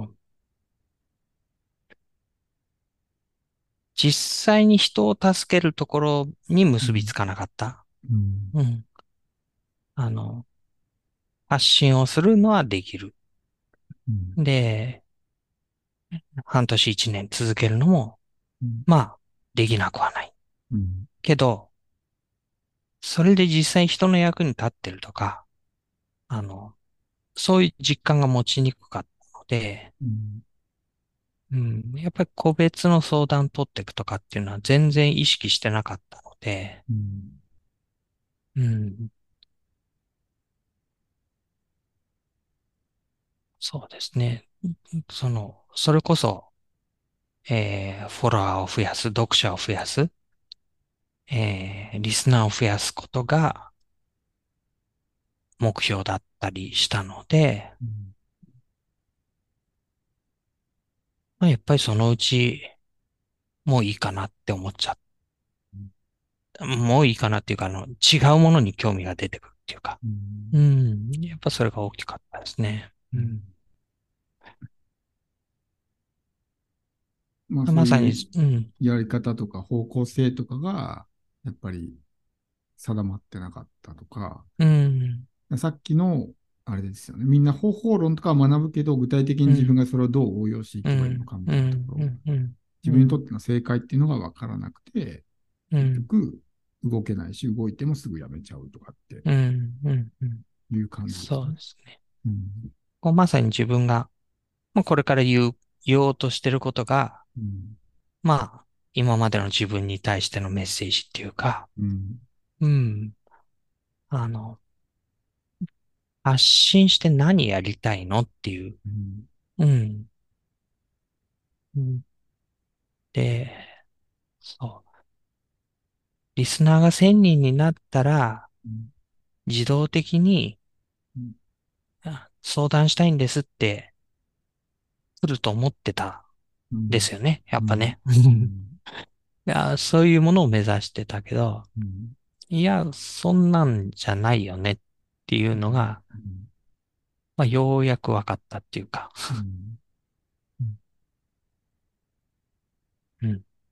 実際に人を助けるところにうん。 結びつかなかった。 うん。 うん。あの、発信をするのはできる。 うん。 で、半年一年続けるのも、 うん。 まあ、できなくはない。 うん。 けど、それで実際人の役に立ってるとか、あの、そういう実感が持ちにくかったので、 うん。 うん、やっぱり個別の相談取っていくとかっていうのは全然意識してなかったので、 うん。 うん、そうですね。それこそ、フォロワーを増やす、読者を増やす、リスナーを増やすことが目標だったりしたので、 うん。 まあ、やっぱりそのうちもういいかなって思っちゃっもういいかなっていうか、違うものに興味が出てくるっていうか、 うん。 うん、やっぱそれが大きかったですね。 うん。 うん、 まあ、そういうまさに、うん、 やり方とか方向性とかが、やっぱり定まってなかったとか、 うん、 さっきの、あれですよね。みんな方法論とかは学ぶけど、具体的にうん、 自分がそれをどう応用していけばいいのうん、 かみたいなとこうん、 ろ、 うん、うん、 自分にとっての正解っていうのが分からなくて、 うん、 結局動けないし、動いてもすぐやめちゃうとかってうん、うん、うん、 いう感じですそうね。 ですね。 うん。 こうまさに自分が、まあ、これから言おうとしてることが、 うん。 まあ、今までの自分に対してのメッセージっていうか、 うん。 うん、あの、発信して何やりたいのっていう、 うん。 うん、うん、で、そう。リスナーが1000人になったら、 うん。 自動的に相談したいんですって来ると思ってたうん。 ですよね。やうん。 っぱね。 うん。 いや、そういうものを目指してたけど、 うん。 いや、そんなんじゃないよねっていうのが、まあ、ようやく分かったっていうか。 うん。 うん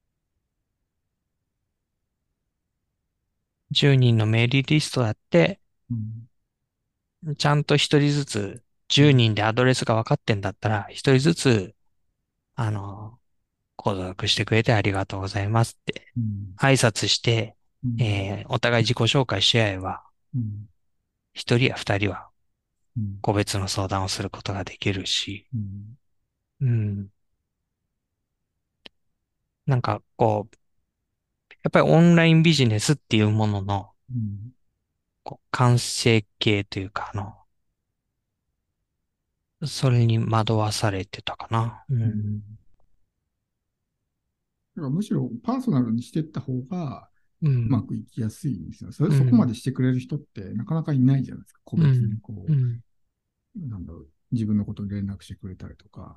。10人のメールリストだって、 うん。 ちゃんと一人ずつ、10人でアドレスが分かってんだったら、一人ずつ、あの、購読してくれてありがとうございますってうん。 挨拶して、 うん。 お互い自己紹介し合えば、 うん。 一人や二人はうん。 個別の相談をすることができるし、 うん。 うん。なんかこう、やっぱりオンラインビジネスっていうもののうん。 完成形というか、それに惑わされてたかな。ううん。 ん。 だからむしろパーソナルにしていった方がううん。 まくいきやすいんですよ。そこまうん。 でしてくれる人ってなかなかいないじゃないですか。個別にうん。うん。 なんだろう、自分のことに連絡してくれたりとか。 うん。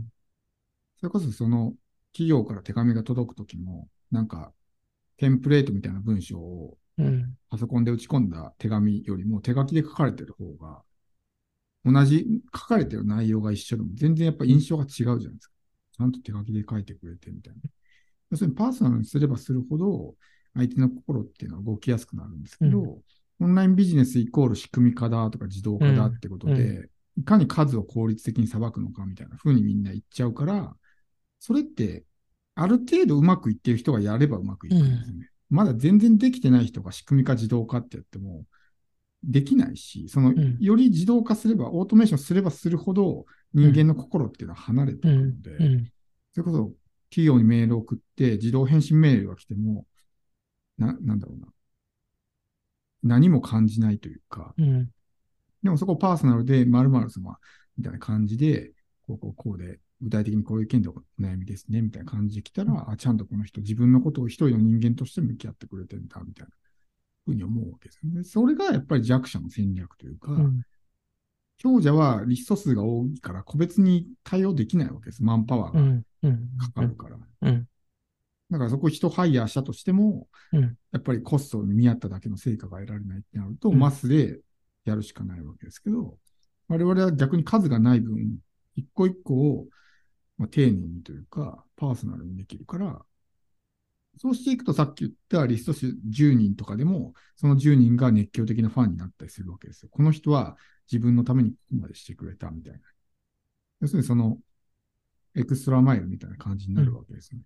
それこそその企業から手紙が届くときも、なんかテンプレートみたいな文章をうん。 パソコンで打ち込んだ手紙よりも手書きで書かれてる方が、同じ書かれてる内容が一緒でも全然やっぱ印象が違うじゃないですか。ちゃんと手書きで書いてくれてみたいな。要するにパーソナルにすればするほど、相手の心っていうのは動きやすくなるんですうん。 けど、オンラインビジネスイコール仕組み化だとか自動化だってことうん。 で、いかに数を効率的にさばくのかみたいな風にみんな言っちゃうから、それって、ある程度うまくいってる人がやればうまくいうん。 くんですよね。まだ全然できてない人が仕組み化自動化ってやってもできないし、 うん。 より自動化すれば、オートメーションすればするほど人間の心っていうのは離れていくので、 うん。 それこそ企業にメールを送って自動返信メールが来ても、なんだろうな、何も感じないというか、 うん。 でもそこパーソナルで〇〇様みたいな感じで、こうで、具体的にこういう件でお悩みですね、みたいな感じで来たら、ちゃんとこの人、自分のことを一人の人間として向き合ってくれてるんだ、みたいなふうに思うわけですよね。それがやっぱり弱者の戦略というか、 うん。 強者はリスト数が多いから個別に対応できないわけです。マンパワーがうん。うん。 かかうん。 るから。 うん。 だからそこ人ハイヤーしたとしても、 うん。 やっぱりコストに見合っただけの成果が得られないってなると、 うん。 マスでやるしかないわけですけど、我々は逆に数がない分、一個一個を、丁寧にというか、パーソナルにできるから、そうしていくとさっき言ったリスト数10人とかでも、その10人が熱狂的なファンになったりするわけですよ。この人は自分のためにここまでしてくれたみたいな。要するにそのエクストラマイルみたいな感じになるわけですね。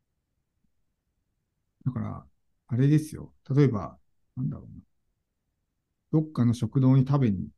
だから、あれですよ。例えば、なんだろうな。どっかの食堂に食べに行って、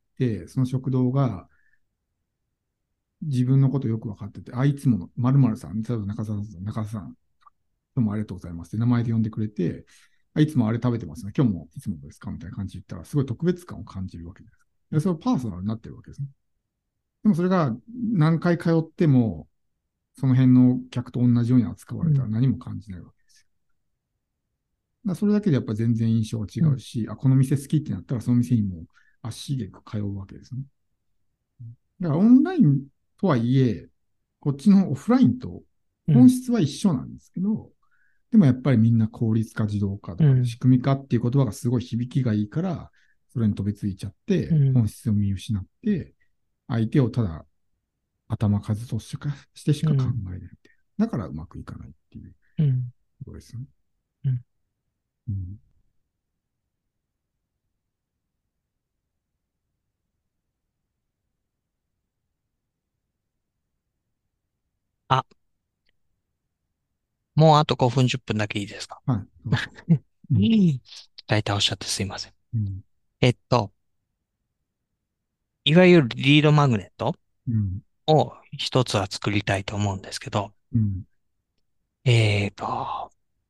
その食堂が自分のことよく分かってて、いつもの〇〇さん、例えば中澤さん、どうもありがとうございますって名前で呼んでくれて、いつもあれ食べてますね。今日もいつもですかみたいな感じで言ったら、すごい特別感を感じるわけです。でそれはパーソナルになってるわけですね。でもそれが何回通っても、その辺の客と同じように扱われたら何も感じないわけですよ。それだけでやっぱ全然印象が違うん。 うし、この店好きってなったら、その店にも足しげく通うわけですね。だからオンラインとはいえ、こっちのオフラインと本質は一緒なんですけど、でもやっぱりみんな効率化、自動化とか仕組み化っていう言葉がすごい響きがいいから、それに飛びついちゃって、本質を見失って、相手をただ頭数としてしか考えないみたいな。だからうまくいかないっていうところですね。うん。 あ、もうあと5分10分だけいいですか？ はい、どうぞ。うん。 うん。大体おっしゃってすいません。 うん。 えっと、いわゆるリードマグネットうん。 を一つは作りたいと思うんですけど、 うん。 えっと、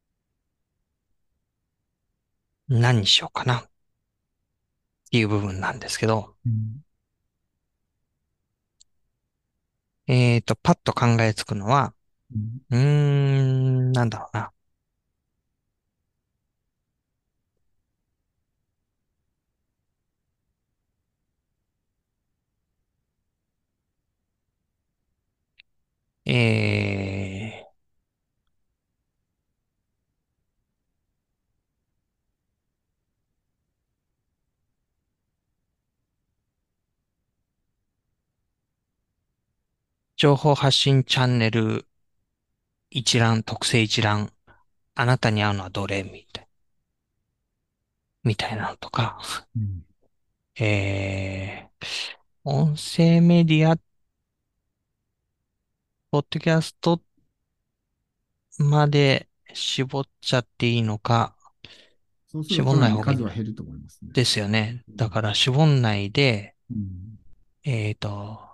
何にしようかなっていう部分なんですけど、 うん。 パッと考えつくのは、 うん。 なんだろうな。えー、情報発信チャンネル一覧、特性一覧、あなたに合うのはどれみたいなのとか、 うん。 音声メディア、ポッドキャストまで絞っちゃっていいのか、 そうすると絞んかなりない方がいいの数は減ると思いますね。 ですよね。 うん。 だから絞んないで、 うん。 えっと、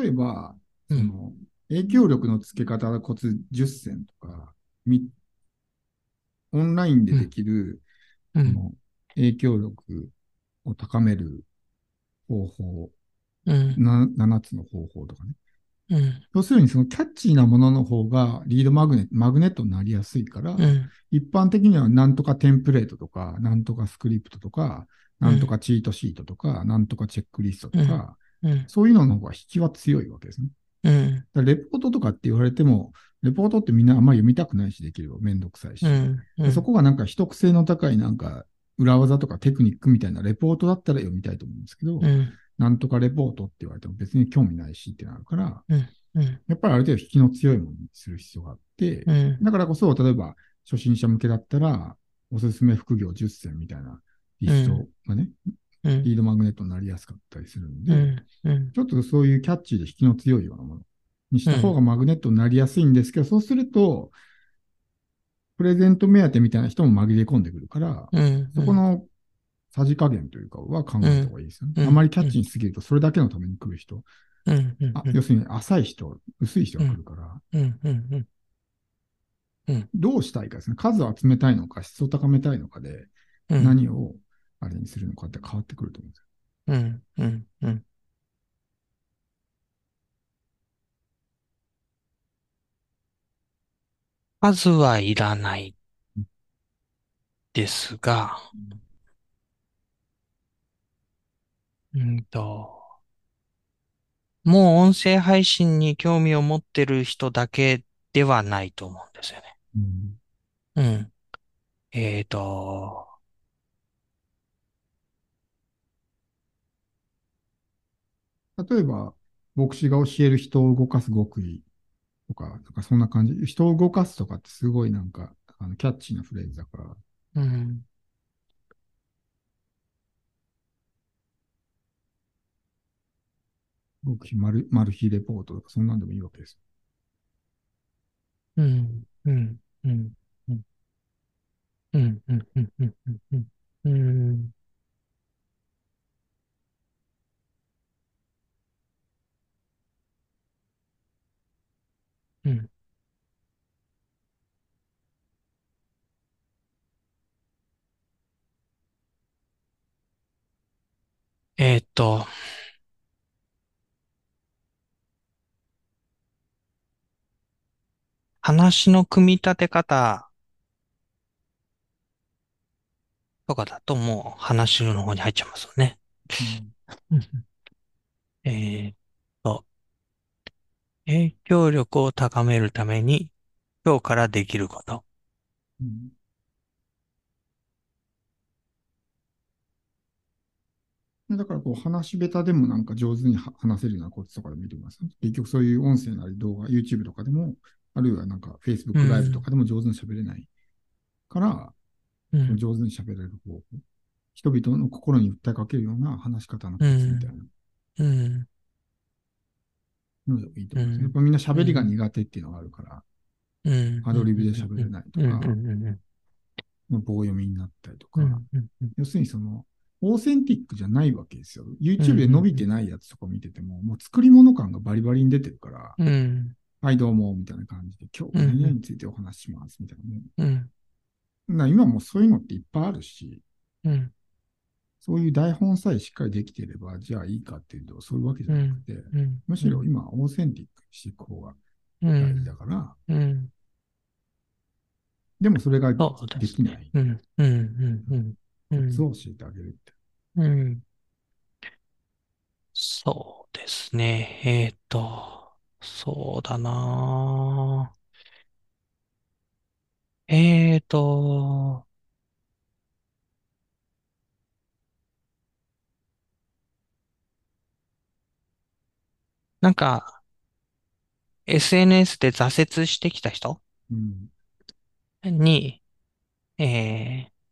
例えば、 うん。 影響力のつけ方コツ10選とか、オンラインででうん。 きる、 うん。 その、影響力を高める方法、 うん。 7つの方法とかね。 うん。 要するにそのキャッチーなものの方がリードマグネットになりやすいから、 うん。 一般的にはなんとかテンプレートとか、なんとかスクリプトとか、なんとかチートシートとか、なんとかチェックリストとうん。 か、 うん。 そういうのの方が引きは強いわけですね。 うん。 だからレポートとかって言われても、レポートってみんなあんまり読みたくないし、できればめんどくさいし。 うん。うん。 そこがなんか秘匿性の高いなんか裏技とかテクニックみたいなレポートだったら読みたいと思うんですけど、 うん。 なんとかレポートって言われても別に興味ないしってなるから、 うん。うん。 やっぱりある程度引きの強いものにする必要があって、 うん。 だからこそ、例えば初心者向けだったら、おすすめ副業10選みたいなリストがね、 うん。 リードマグネットになりやすかったりするんで、 うん。うん。 ちょっとそういうキャッチーで引きの強いようなものにしうん。 た方がマグネットになりやすいんですけど、そうすると、プレゼント目当てみたいな人も紛れ込んでくるから、 うん。うん。 そこのさじ加減というかは考えた方がいいですよね。 うん。 あまりキャッチーにしすぎると、それだけのために来る人、 うん。うん。 要するに浅い人、薄い人うん。 が来るから、 うん。うん。うん。 どうしたいかですね。数を集めたいのか、質を高めたいのかで、 うん。 何をあれにするのかって変わってくると思うんですよ。 うん。うん。うん。数はいらないですが、うんと、もう音声配信に興味を持ってる人だけではないと思うんですよね。 うん、 うん。えっと、 例えば、牧師が教える人を動かす極意とか、なんかそんな感じ。人を動かすとかってすごいなんか、キャッチーなフレーズだから、 うん。 牧師マル秘レポートとか、そんなんでもいいわけです。 うん。うん。うん。うん。うん。うん。うん。うん。うん。うん。うん。えっと、話の組み立て方とかだともう話の方に入っちゃいますよね。 うん、 うん。えっと、影響力を高めるために今日からできること。 うん、だからこう話し下手でもなんか上手に話せるようなコツとかで見てます。結局そういう音声なり動画、YouTube とかでも、あるいはなんかう Facebook ライブとん。 かでも上手に喋れないから、 うん。 その上手に喋れる方法、人々の心に訴えかけるような話し方のうコツみたいん。 なうん。 のでもいいと思いますね。やっうん。 ぱみんな喋りがうん。 苦手っていうのがあるから、 うん。 アドリブでうん。うん。 喋れないとうん。うか、 ん。 棒読みになったりとうん。 か、 うん。うん。 要するにその、オーセンティックじゃないわけですよ。 う YouTube で伸びてん。 ないやつとか見てても、もう作り物感がバリバリに出てるから、 うん。 はい、どうも、みたいな感じで、今日は何々についてお話しします、みたいな。 うん。 今もそういうのっていっぱいあるし、 うん。 そういう台本さえしっかりできていれば、じゃあいいかっていうと、そういうわけじゃなくうん。 て、 うん。 むしろ今、オーセンティックにしていく方がう大事だん。 から、 うん。 でもそれがそうですね。 できない。 うん。うん。うん。うん。 コツを教えてあげるって。 うん。そうですね。そうだななんか、SNS で挫折してきた人うん。 に、えー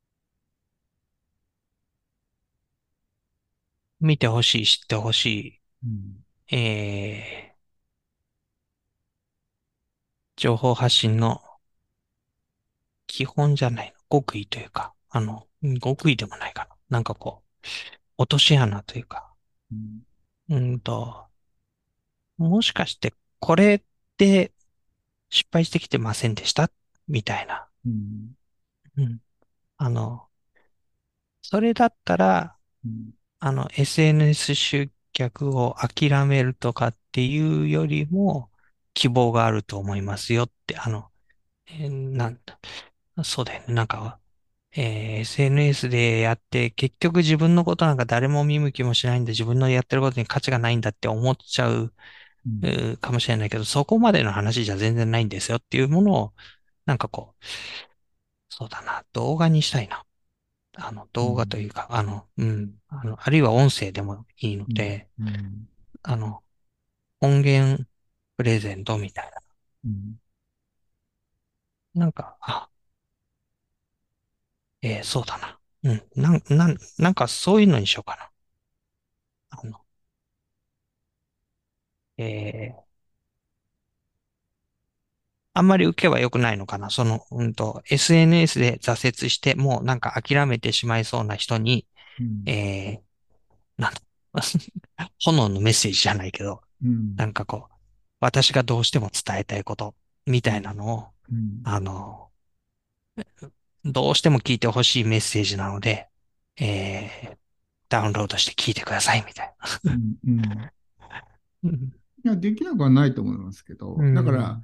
見てほしい、知ってほしうん。 い、情報発信の基本じゃないの。極意というか、極意でもないかな。なんかこう、落とし穴というか、 うん。 うんと、 もしかしてこれって失敗してきてませんでしたみたいな。 うん。 うん。あの、それだったら、 うん。 SNS 集客を諦めるとかっていうよりも希望があると思いますよって、なんだ、そうだよね。なんか、SNS でやって結局自分のことなんか誰も見向きもしないんで自分のやってることに価値がないんだって思っちゃう、 うん。 かもしれないけど、そこまでの話じゃ全然ないんですよっていうものを、なんかこう、そうだな、動画にしたいな。動画というか、あるいは音声でもいいのうん。 で、 うん。 あの、音源プレゼントみたいうん。 な。なんか、そうだな。うん、なんかそういうのにしようかな。あの、えーあんまり受けは良くないのかな。SNS で挫折して、もうなんか諦めてしまいそうな人に、 うん。 えー、なんだ、炎のメッセージじゃないけど、 うん。 なんかこう、私がどうしても伝えたいことみたいなのを、 うん。 あの、どうしても聞いてほしいメッセージなので、えー、ダウンロードして聞いてくださいみたいな。 うん。うん。 うん。 いや、できなくはないと思いますけうど、だから、 ん。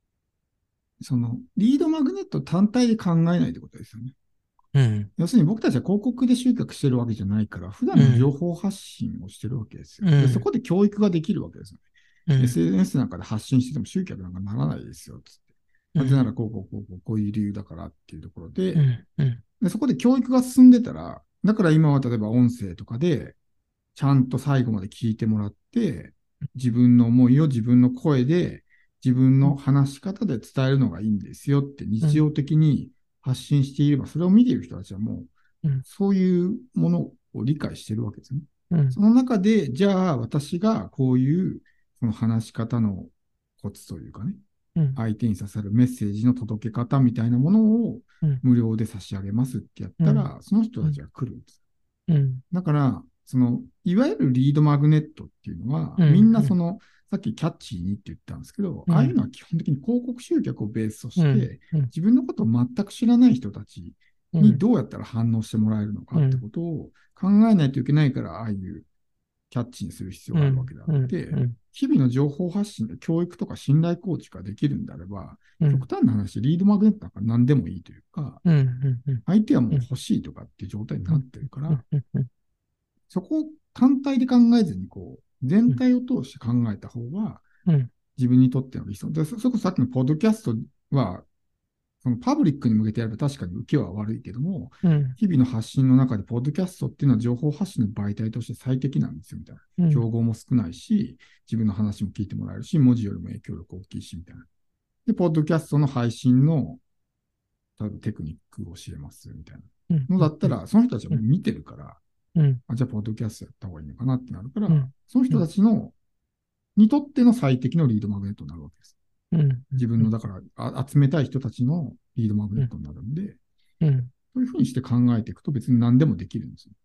リードマグネット単体で考えないってことですよね。 うん。 要するに僕たちは広告で集客してるわけじゃないから、普段の情うん。 報発信をしてるわけですよ。で、そうん。 こで教育ができるわけですよね。 うん。 SNS なんかで発信してても集客なんかならないですよ、つって。なぜならこういう理由だからっていうところで、 うん。うん。 で、そこで教育が進んでたら、だから今は例えば音声とかで、ちゃんと最後まで聞いてもらって、自分の思いを自分の声で、自分の話し方で伝えるのがいいんですよってうん。 日常的に発信していれば、それを見ている人たちはもう、 うん。 そういうものを理解しているわけですね。 うん。 その中で、じゃあ私がこういうその話し方のコツというかね、 うん。 相手に刺さるメッセージの届け方みたいなものをうん。 無料で差し上げますってやっうん。 たら、その人うん。 たちが来るんです。 うん。 だから、いわゆるリードマグネットっていうのは、 うん。 みんなうん。 さっきキャッチーにって言ったんですけど、 うん。 ああいうのは基本的に広告集客をベースとうん。 して、 うん。 自分のことを全く知らない人たちにどうやったら反応してもらえるのかってことを考えないといけないから、ああいうキャッチにする必要があるわけであって、日々の情報発信で教育とか信頼構築ができるんであれば、極端な話、リードマグネットなんか何でもいいというか、相手はもう欲しいとかっていう状態になってるから、そこを単体で考えずに、全体を通して考えた方が、自分にとっての理想。で、それこそさっきのポッドキャストは、そのパブリックに向けてやれば確かに受けは悪いけども、日々の発信の中で、ポッドキャストっていうのは情報発信の媒体として最適なんですよ、みたいな。競合も少ないし、自分の話も聞いてもらえるし、文字よりも影響力大きいし、みたいな。で、ポッドキャストの配信の、多分テクニックを教えます、みたいなのだったら、その人たちはもう見てるから、じゃあ、ポッドキャストやった方がいいのかなってなるから、その人たちにとっての最適のリードマグネットになるわけです。自分の、だから集めたい人たちのリードマグネットになるんで、そういうふうにして考えていくと別に何でもできるんですよ。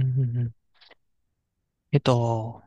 えっと、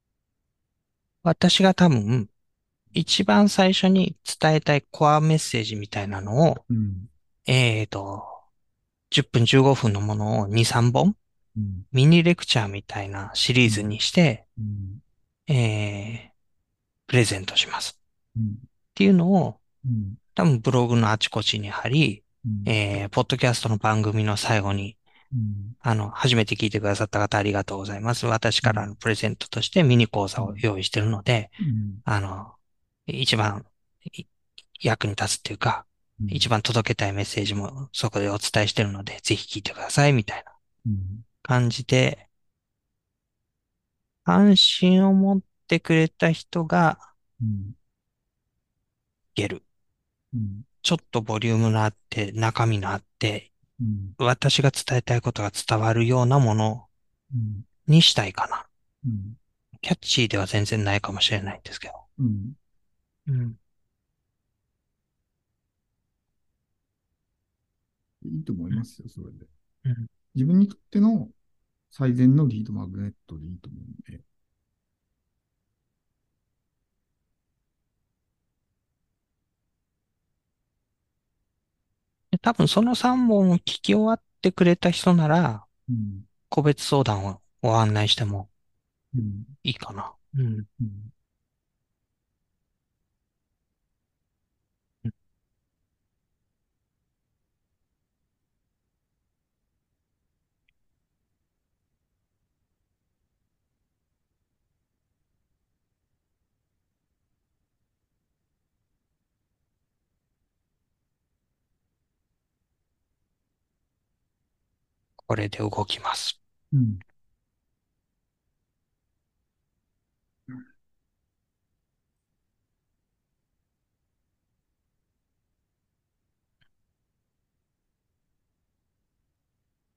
私が多分、一番最初に伝えたいコアメッセージみたいなのを、 うん。 えっと、10分15分のものを2、3本、 うん。 ミニレクチャーみたいなシリーズうん。 にして、 うん。 えー、プレゼントします。 うん。 っていうのを、 うん。 多分ブログのあちこちに貼り、 うん。 ポッドキャストの番組の最後に、 うん。 初めて聞いてくださった方ありがとうございます。私うん。 からのプレゼントとしてミニ講座を用意しているので、 うん。 あの、一番い役に立つっていうか、 うん。 一番届けたいメッセージもそこでお伝えしているので、ぜひ聞いてください、みたいなうん。 感じで、関心を持ってくれた人がうん。 いける。 うん。 ちょっとボリュームのあって、中身のあって、 うん。 私が伝えたいことが伝わるようなものうん。 にしたいかな。 うん。 キャッチーでは全然ないかもしれないんですけど。 うん。 うん。 いいと思いますよ、それで。 うん。 自分にとっての最善のリードマグネットでいいと思うんで。 多分その3本を聞き終わってくれた人なら、 うん。 個別相談をご案内してもうん。 いいかな。うん。 うん。 これで動きます。 うん。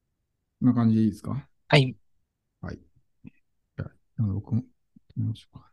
こんな感じでいいですか？ はい。 はい。じゃあ、僕も、やってみましょうか。